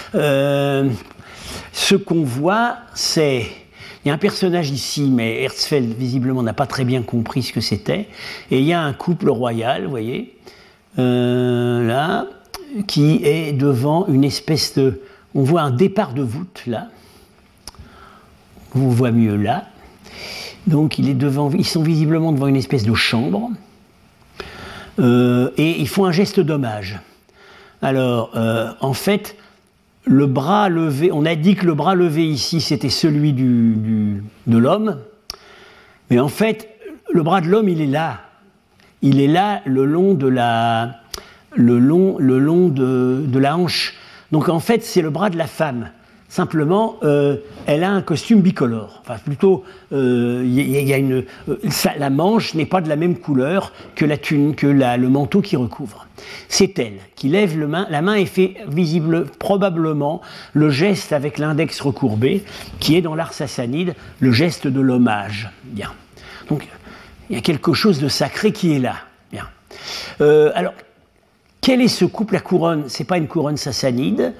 Speaker 2: ce qu'on voit, c'est, il y a un personnage ici, mais Herzfeld visiblement n'a pas très bien compris ce que c'était, et il y a un couple royal, vous voyez, là. qui est devant une espèce de... On voit un départ de voûte, là. On voit mieux là. Donc ils sont visiblement devant une espèce de chambre. Et ils font un geste d'hommage. Alors, en fait, le bras levé, on a dit que le bras levé ici, c'était celui de l'homme. Mais en fait, le bras de l'homme, il est là. Il est là le long de la hanche. Donc en fait, c'est le bras de la femme. Simplement, elle a un costume bicolore. Enfin, plutôt, la manche n'est pas de la même couleur que le manteau qui recouvre. C'est elle qui lève la main et fait probablement le geste avec l'index recourbé, qui est dans l'art sassanide le geste de l'hommage. Bien. Donc, il y a quelque chose de sacré qui est là. Bien. Alors, quel est ce couple? La couronne, c'est pas une couronne sassanide.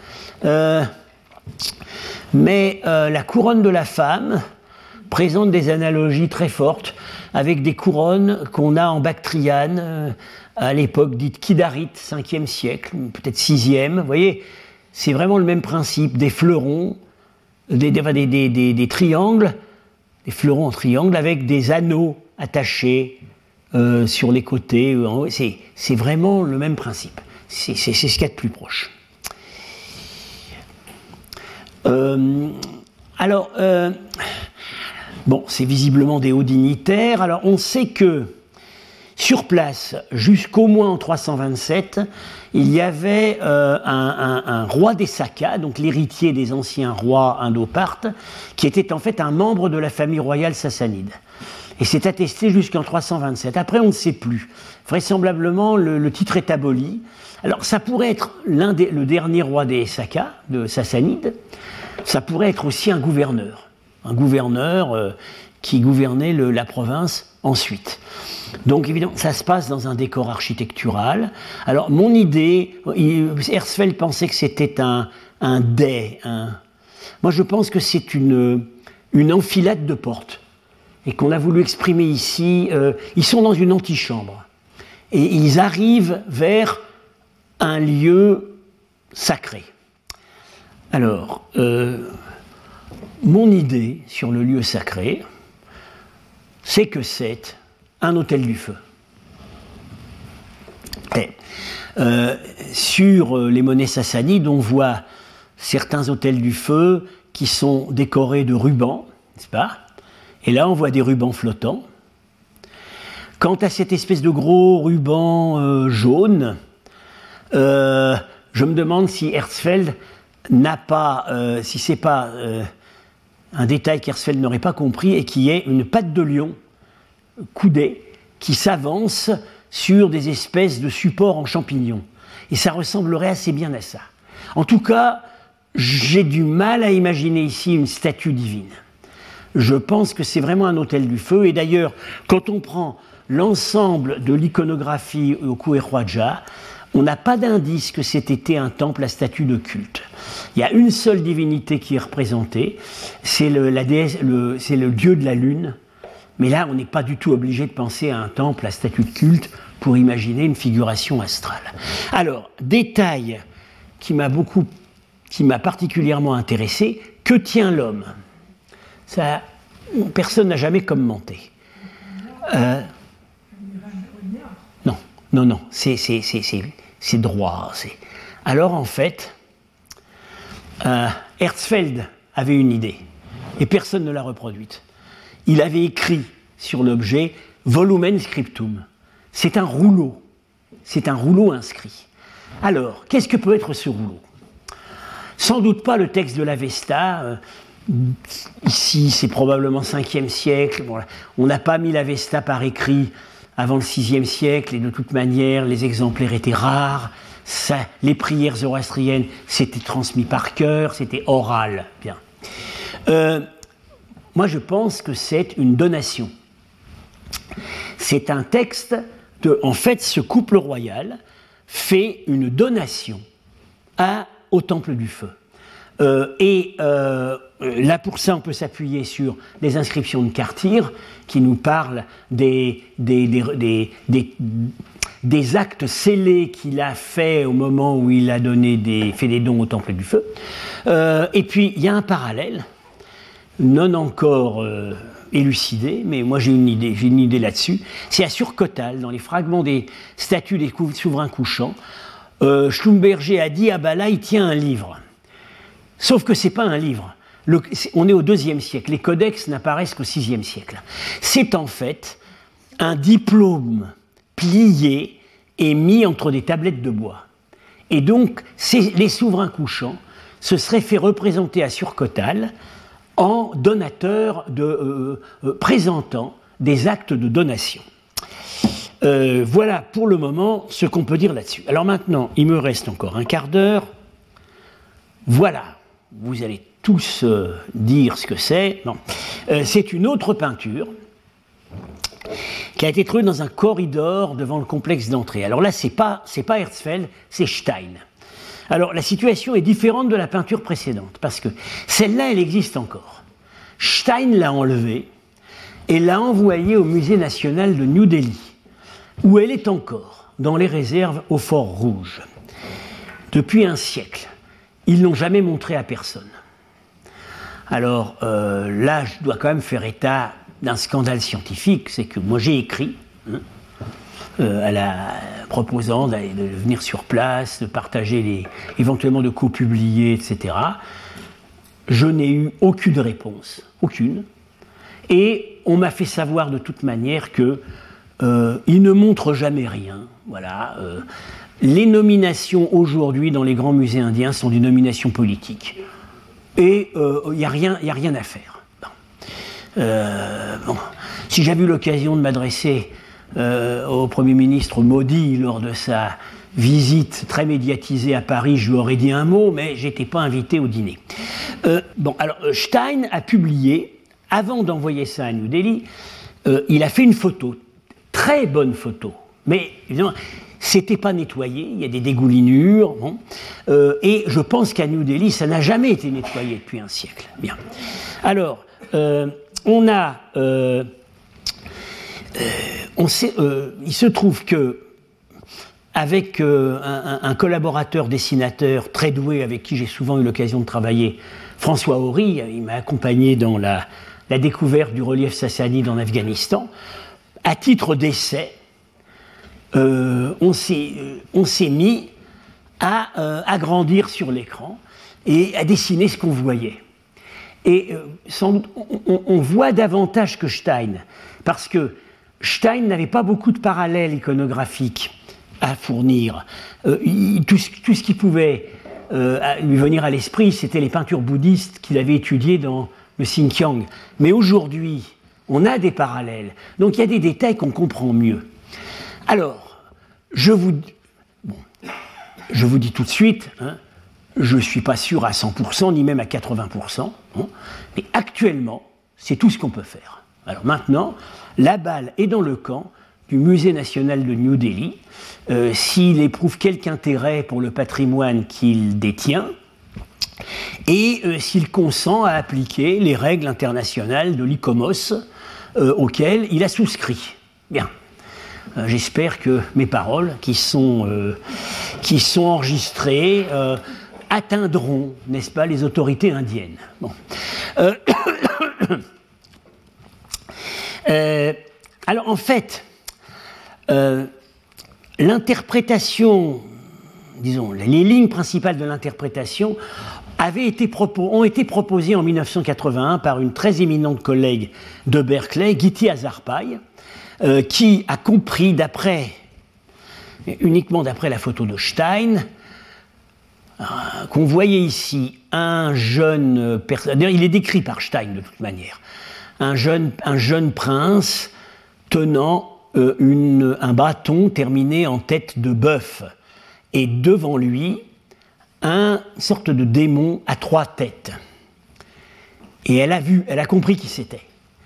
Speaker 2: Mais la couronne de la femme présente des analogies très fortes avec des couronnes qu'on a en Bactriane à l'époque dite Kidarite, 5e siècle, peut-être 6e. Vous voyez, c'est vraiment le même principe, des fleurons, des triangles, des fleurons en triangle avec des anneaux attachés sur les côtés. C'est vraiment le même principe. C'est ce qu'il y a de plus proche. Bon, c'est visiblement des hauts dignitaires. Alors, on sait que sur place, jusqu'au moins en 327, il y avait un roi des Sakas, donc l'héritier des anciens rois indo-parthes, qui était en fait un membre de la famille royale sassanide. Et c'est attesté jusqu'en 327. Après, on ne sait plus. Vraisemblablement, le titre est aboli. Alors, ça pourrait être le dernier roi des Sakas, de Sassanides. Ça pourrait être aussi un gouverneur qui gouvernait la province ensuite. Donc, évidemment, ça se passe dans un décor architectural. Alors, mon idée, Herzfeld pensait que c'était un dais. Moi, je pense que c'est une enfilade de portes. Et qu'on a voulu exprimer ici. Ils sont dans une antichambre. Et ils arrivent vers un lieu sacré. Alors, mon idée sur le lieu sacré, c'est que c'est un hôtel du feu. Et, sur les monnaies sassanides, on voit certains hôtels du feu qui sont décorés de rubans, n'est-ce pas? Et là, on voit des rubans flottants. Quant à cette espèce de gros ruban jaune, je me demande si Herzfeld n'a pas, si c'est pas un détail qu'Herzfeld n'aurait pas compris et qui est une patte de lion coudée qui s'avance sur des espèces de supports en champignons. Et ça ressemblerait assez bien à ça. En tout cas, j'ai du mal à imaginer ici une statue divine. Je pense que c'est vraiment un hôtel du feu. Et d'ailleurs, quand on prend l'ensemble de l'iconographie au Kuerhuaja, on n'a pas d'indice que c'était un temple à statut de culte. Il y a une seule divinité qui est représentée, c'est le dieu de la lune. Mais là, on n'est pas du tout obligé de penser à un temple à statut de culte pour imaginer une figuration astrale. Alors, détail qui m'a particulièrement intéressé, que tient l'homme? Ça, personne n'a jamais commenté. Non, c'est droit. Alors en fait, Herzfeld avait une idée, et personne ne l'a reproduite. Il avait écrit sur l'objet « Volumen Scriptum ». C'est un rouleau inscrit. Alors, qu'est-ce que peut être ce rouleau? Sans doute pas le texte de l'Avesta. Ici, c'est probablement 5e siècle. Bon, on n'a pas mis l'Avesta par écrit avant le 6e siècle, et de toute manière, les exemplaires étaient rares. Les prières zoroastriennes, c'était transmis par cœur, c'était oral. Bien. Moi, je pense que c'est une donation. C'est un texte en fait, ce couple royal fait une donation au Temple du Feu. Là, pour ça, on peut s'appuyer sur les inscriptions de Kartir qui nous parlent des des actes scellés qu'il a fait au moment où il a fait des dons au Temple du Feu. Et puis, il y a un parallèle, non encore élucidé, mais moi j'ai une idée là-dessus. C'est à Surcotal, dans les fragments des statues des souverains couchants, Schlumberger a dit, ah bah là, il tient un livre. Sauf que c'est pas un livre. On est au IIe siècle. Les codex n'apparaissent qu'au VIe siècle. C'est en fait un diplôme plié et mis entre des tablettes de bois. Et donc, les souverains couchants se seraient fait représenter à Surcotal en donateurs présentant des actes de donation. Voilà pour le moment ce qu'on peut dire là-dessus. Alors maintenant, il me reste encore un quart d'heure. Voilà, vous allez tous dire ce que c'est. Non. C'est une autre peinture qui a été trouvée dans un corridor devant le complexe d'entrée. Alors là, c'est pas Herzfeld, c'est Stein. Alors la situation est différente de la peinture précédente, parce que celle-là, elle existe encore. Stein l'a enlevée et l'a envoyée au Musée national de New Delhi, où elle est encore, dans les réserves au Fort Rouge. Depuis un siècle, ils ne l'ont jamais montrée à personne. Alors là, je dois quand même faire état d'un scandale scientifique, c'est que moi j'ai écrit proposant de venir sur place, de partager éventuellement de co-publier, etc. Je n'ai eu aucune réponse, aucune. Et on m'a fait savoir de toute manière que il ne montre jamais rien. Voilà. Les nominations aujourd'hui dans les grands musées indiens sont des nominations politiques. Et il n'y a rien à faire. Bon. Si j'avais eu l'occasion de m'adresser au Premier ministre Modi lors de sa visite très médiatisée à Paris, je lui aurais dit un mot, mais je n'étais pas invité au dîner. Alors Stein a publié, avant d'envoyer ça à New Delhi, il a fait une photo, très bonne photo, mais évidemment, c'était pas nettoyé, il y a des dégoulinures, bon, et je pense qu'à New Delhi, ça n'a jamais été nettoyé depuis un siècle. Bien. Alors, il se trouve que avec un collaborateur dessinateur très doué avec qui j'ai souvent eu l'occasion de travailler, François Horry, il m'a accompagné dans la découverte du relief sassanide en Afghanistan. À titre d'essai, on s'est mis à agrandir sur l'écran et à dessiner ce qu'on voyait. Et sans doute, on voit davantage que Stein, parce que Stein n'avait pas beaucoup de parallèles iconographiques à fournir. Tout ce qui pouvait lui venir à l'esprit, c'était les peintures bouddhistes qu'il avait étudiées dans le Xinjiang. Mais aujourd'hui, on a des parallèles. Donc il y a des détails qu'on comprend mieux. Alors, je vous dis tout de suite, je ne suis pas sûr à 100%, ni même à 80%, mais actuellement, c'est tout ce qu'on peut faire. Alors maintenant, la balle est dans le camp du Musée national de New Delhi. S'il éprouve quelque intérêt pour le patrimoine qu'il détient, et s'il consent à appliquer les règles internationales de l'ICOMOS auxquelles il a souscrit. Bien. J'espère que mes paroles, qui sont enregistrées, atteindront, n'est-ce pas, les autorités indiennes. Bon. Alors en fait, l'interprétation, disons, les lignes principales de l'interprétation ont été proposées en 1981 par une très éminente collègue de Berkeley, Giti Hazarpai, qui a compris uniquement d'après la photo de Stein, qu'on voyait ici un jeune personnage, il est décrit par Stein de toute manière, un jeune prince tenant un bâton terminé en tête de bœuf, et devant lui, une sorte de démon à 3 têtes. Et elle a compris qui c'était.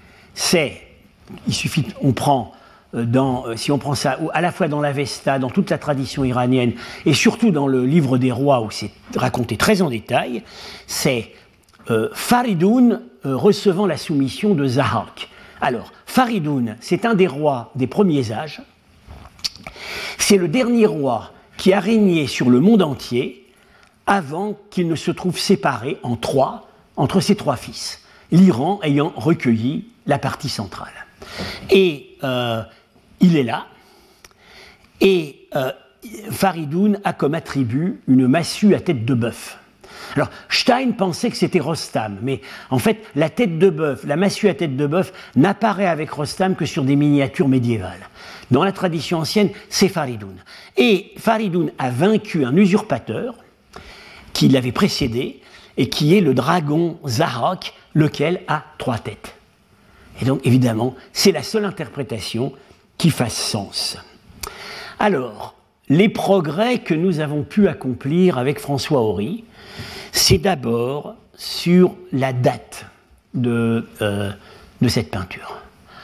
Speaker 2: Il suffit, si on prend ça à la fois dans l'Avesta, dans toute la tradition iranienne, et surtout dans le livre des rois, où c'est raconté très en détail, c'est Faridoun recevant la soumission de Zahak. Alors, Faridoun, c'est un des rois des premiers âges, C'est le dernier roi qui a régné sur le monde entier avant qu'il ne se trouve séparé en trois entre ses trois fils, l'Iran ayant recueilli la partie centrale. Et il est là, et Faridoun a comme attribut une massue à tête de bœuf. Alors, Stein pensait que c'était Rostam, mais en fait, la tête de bœuf, la massue à tête de bœuf, n'apparaît avec Rostam que sur des miniatures médiévales. Dans la tradition ancienne, c'est Faridoun. Et Faridoun a vaincu un usurpateur qui l'avait précédé, et qui est le dragon Zahrak, lequel a trois têtes. Et donc, évidemment, c'est la seule interprétation qui fasse sens. Alors, les progrès que nous avons pu accomplir avec François Horry, c'est d'abord sur la date de cette peinture.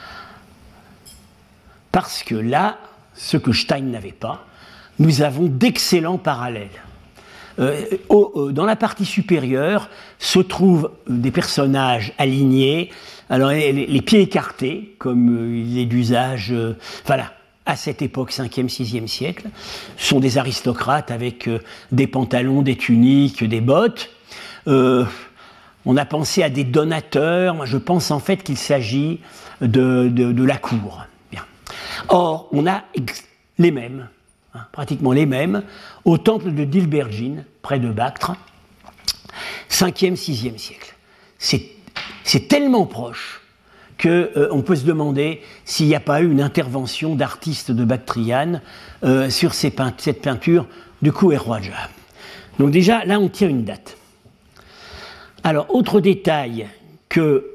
Speaker 2: Parce que là, ce que Stein n'avait pas, nous avons d'excellents parallèles. Dans la partie supérieure se trouvent des personnages alignés, alors les pieds écartés, comme il est d'usage, voilà, à cette époque, 5e, 6e siècle, sont des aristocrates avec des pantalons, des tuniques, des bottes. On a pensé à des donateurs. Moi, je pense en fait qu'il s'agit de la cour. Bien. Or, on a les mêmes, pratiquement les mêmes, au temple de Dilbergine, près de Bactre, 5e, 6e siècle. C'est tellement proche qu'on peut se demander s'il n'y a pas eu une intervention d'artistes de Bactriane sur cette peinture du Kouhérouadja. Donc déjà, là, on tient une date. Alors, autre détail que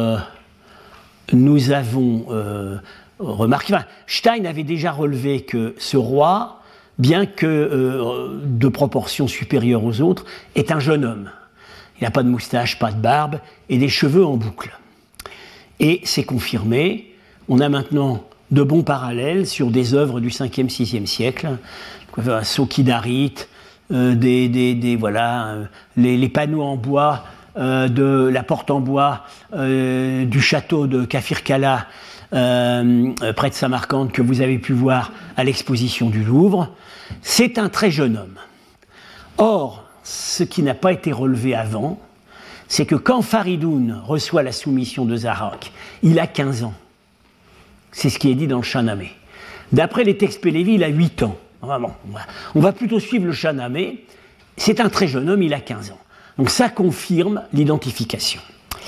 Speaker 2: nous avons remarqué, enfin, Stein avait déjà relevé que ce roi, bien que de proportions supérieures aux autres, est un jeune homme. Il n'a pas de moustache, pas de barbe, et des cheveux en boucle. Et c'est confirmé. On a maintenant de bons parallèles sur des œuvres du 5e, 6e siècle, Sokidarit, voilà, les panneaux en bois de la porte en bois du château de Kafir-Kala, près de Samarcande, que vous avez pu voir à l'exposition du Louvre. C'est un très jeune homme. Or, ce qui n'a pas été relevé avant, c'est que quand Faridoun reçoit la soumission de Zahrak, il a 15 ans. C'est ce qui est dit dans le Shahnameh. D'après les textes Pélévi, il a 8 ans. Vraiment, on va plutôt suivre le Shahnameh. C'est un très jeune homme, il a 15 ans. Donc ça confirme l'identification.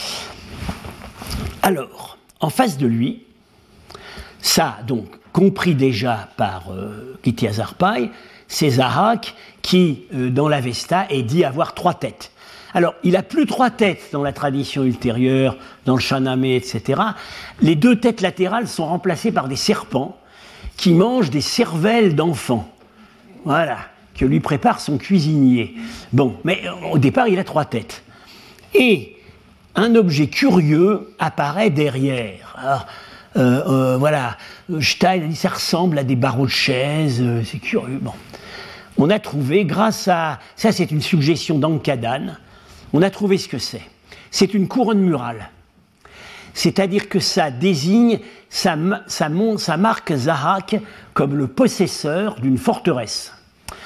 Speaker 2: Alors, en face de lui, ça, donc, compris déjà par Kitty Azarpaï, c'est Zahrak qui, dans l'Avesta, est dit avoir 3 têtes. Alors, il n'a plus 3 têtes dans la tradition ultérieure, dans le Shahnameh, etc. Les 2 têtes latérales sont remplacées par des serpents qui mangent des cervelles d'enfants. Voilà, que lui prépare son cuisinier. Bon, mais au départ, il a 3 têtes. Et un objet curieux apparaît derrière. Alors, voilà, Stein a dit ça ressemble à des barreaux de chaise, c'est curieux. Bon. On a trouvé, grâce à... Ça, c'est une suggestion d'Ankadan. On a trouvé ce que c'est. C'est une couronne murale. C'est-à-dire que ça désigne, ça marque Zahrak comme le possesseur d'une forteresse.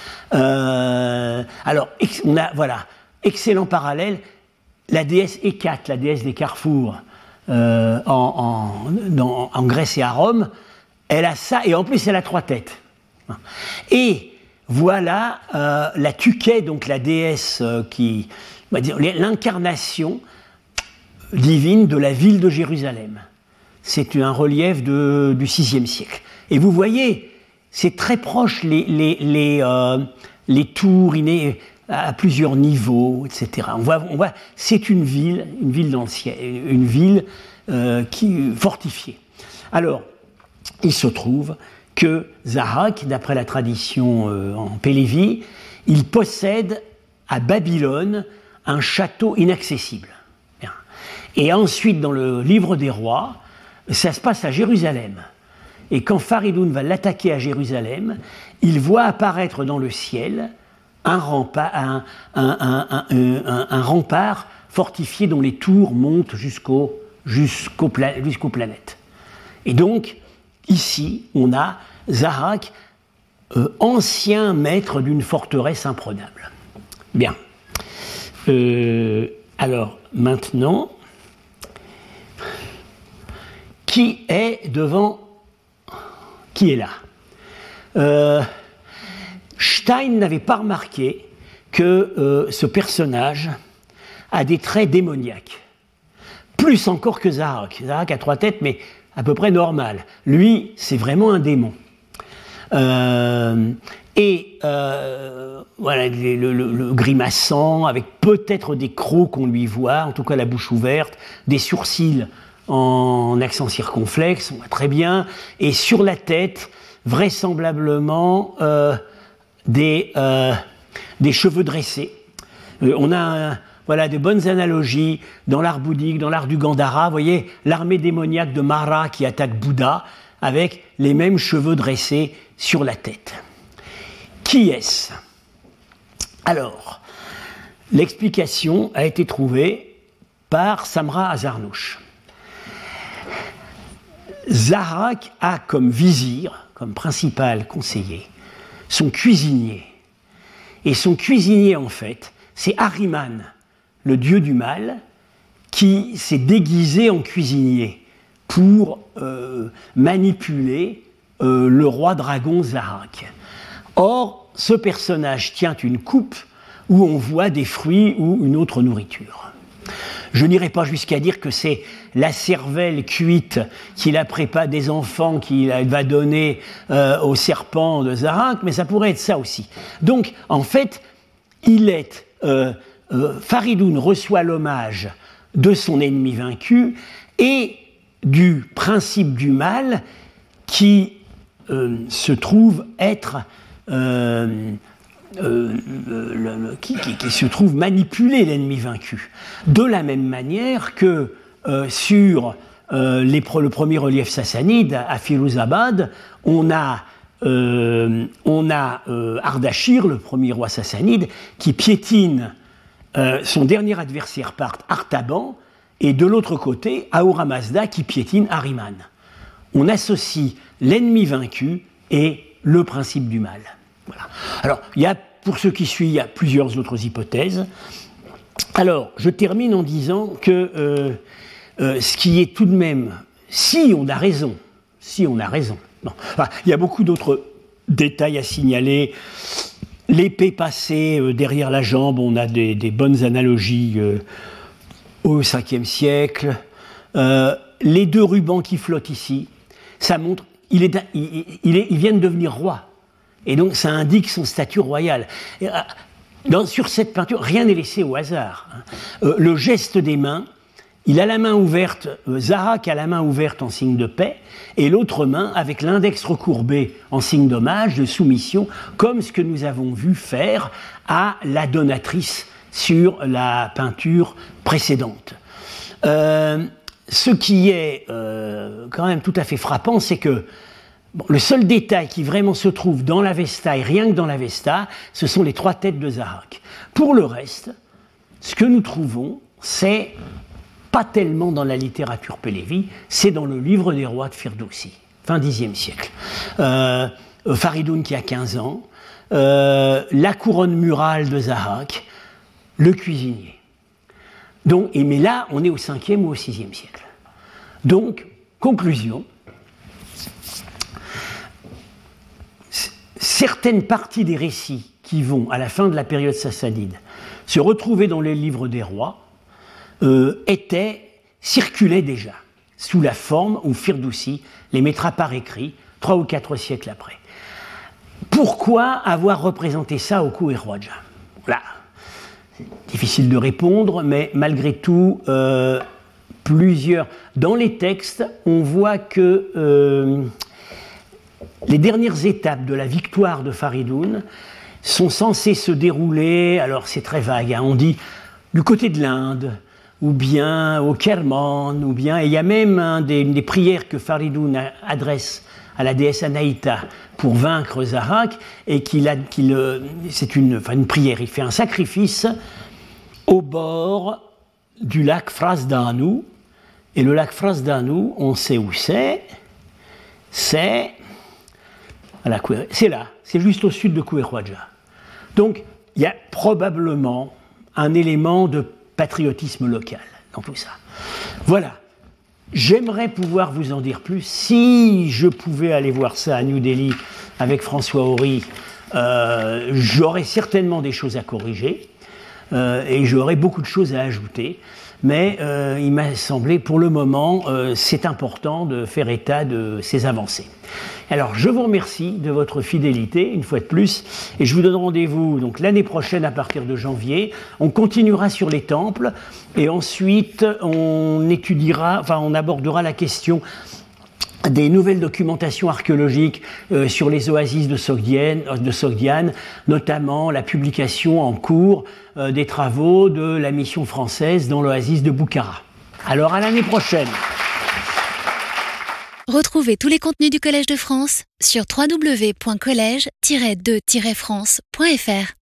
Speaker 2: Alors, on a, voilà, excellent parallèle, la déesse Hécate, la déesse des carrefours en Grèce et à Rome, elle a ça, et en plus elle a 3 têtes. Et voilà la Tuké, donc la déesse qui, on va dire, l'incarnation divine de la ville de Jérusalem. C'est un relief du VIe siècle. Et vous voyez, c'est très proche, les tours à plusieurs niveaux, etc. On voit, c'est une ville dans le ciel, une ville qui fortifiée. Alors, il se trouve que Zahrak, d'après la tradition en Pélévi, il possède à Babylone un château inaccessible. Bien. Et ensuite, dans le livre des rois, ça se passe à Jérusalem. Et quand Faridoun va l'attaquer à Jérusalem, il voit apparaître dans le ciel un rempart fortifié dont les tours montent jusqu'aux planètes. Et donc, ici, on a Zahrak ancien maître d'une forteresse imprenable. Bien. Alors, maintenant, qui est là? Stein n'avait pas remarqué que ce personnage a des traits démoniaques. Plus encore que Zahac. Zahac a 3 têtes, mais à peu près normal. Lui, c'est vraiment un démon. Voilà, le grimaçant, avec peut-être des crocs qu'on lui voit, en tout cas la bouche ouverte, des sourcils en accent circonflexe, on voit très bien, et sur la tête, vraisemblablement, des cheveux dressés. On a voilà, de bonnes analogies dans l'art bouddhique, dans l'art du Gandhara. Vous voyez, l'armée démoniaque de Mara qui attaque Bouddha, avec les mêmes cheveux dressés sur la tête. Qui est-ce? Alors, l'explication a été trouvée par Samra Azarnouch. Zahac a comme vizir, comme principal conseiller, son cuisinier. Et son cuisinier, en fait, c'est Ahriman, le dieu du mal, qui s'est déguisé en cuisinier pour manipuler le roi dragon Zahac. Or, ce personnage tient une coupe où on voit des fruits ou une autre nourriture. Je n'irai pas jusqu'à dire que c'est la cervelle cuite qu'il a préparé des enfants qu'il va donner au serpent de Zahac, mais ça pourrait être ça aussi. Donc, en fait, Faridoun reçoit l'hommage de son ennemi vaincu et du principe du mal qui se trouve être qui se trouve manipuler l'ennemi vaincu. De la même manière que sur le premier relief sassanide à Firuzabad, on a Ardashir, le premier roi sassanide, qui piétine son dernier adversaire Artaban, et de l'autre côté, Ahura Mazda qui piétine Ahriman. On associe l'ennemi vaincu et le principe du mal. Voilà. Alors, pour ceux qui suivent, il y a plusieurs autres hypothèses. Alors, je termine en disant que ce qui est tout de même, si on a raison, non, enfin, il y a beaucoup d'autres détails à signaler. L'épée passée derrière la jambe, on a des bonnes analogies au 5e siècle. Les 2 rubans qui flottent ici, ça montre il vient de devenir roi. Et donc ça indique son statut royal. Sur cette peinture, rien n'est laissé au hasard. Le geste des mains, il a la main ouverte, Zahac a la main ouverte en signe de paix, et l'autre main avec l'index recourbé en signe d'hommage, de soumission, comme ce que nous avons vu faire à la donatrice sur la peinture précédente. Ce qui est quand même tout à fait frappant, c'est que le seul détail qui vraiment se trouve dans l'Avesta, et rien que dans l'Avesta, ce sont les 3 têtes de Zahac. Pour le reste, ce que nous trouvons, c'est pas tellement dans la littérature Pélévi, c'est dans le livre des rois de Firdoussi, fin Xe siècle. Faridoun qui a 15 ans, la couronne murale de Zahac, le cuisinier. Donc, mais là, on est au 5e ou au 6e siècle. Donc, conclusion, certaines parties des récits qui vont, à la fin de la période sassanide, se retrouver dans les livres des rois, circulaient déjà, sous la forme où Firdoussi les mettra par écrit 3 ou 4 siècles après. Pourquoi avoir représenté ça au Kuhe-Khwaja? Voilà. C'est difficile de répondre, mais malgré tout, dans les textes, on voit que les dernières étapes de la victoire de Faridoun sont censées se dérouler, alors c'est très vague, hein, on dit du côté de l'Inde, ou bien au Kerman, ou bien, et il y a même une des prières que Faridoun adresse à la déesse Anaïta pour vaincre Zahac, et c'est une prière, il fait un sacrifice au bord du lac Frasdanu, et le lac Frasdanu, on sait où c'est Voilà, c'est là, c'est juste au sud de Kouérouadja. Donc, il y a probablement un élément de patriotisme local dans tout ça. Voilà. J'aimerais pouvoir vous en dire plus. Si je pouvais aller voir ça à New Delhi avec François Horry, j'aurais certainement des choses à corriger et j'aurais beaucoup de choses à ajouter. Mais il m'a semblé, pour le moment, c'est important de faire état de ces avancées. Alors, je vous remercie de votre fidélité, une fois de plus, et je vous donne rendez-vous donc l'année prochaine à partir de janvier. On continuera sur les temples, et ensuite on abordera la question des nouvelles documentations archéologiques sur les oasis de Sogdiane, notamment la publication en cours des travaux de la mission française dans l'oasis de Boukhara. Alors à l'année prochaine.
Speaker 1: Retrouvez tous les contenus du Collège de France sur www.collège-2-france.fr.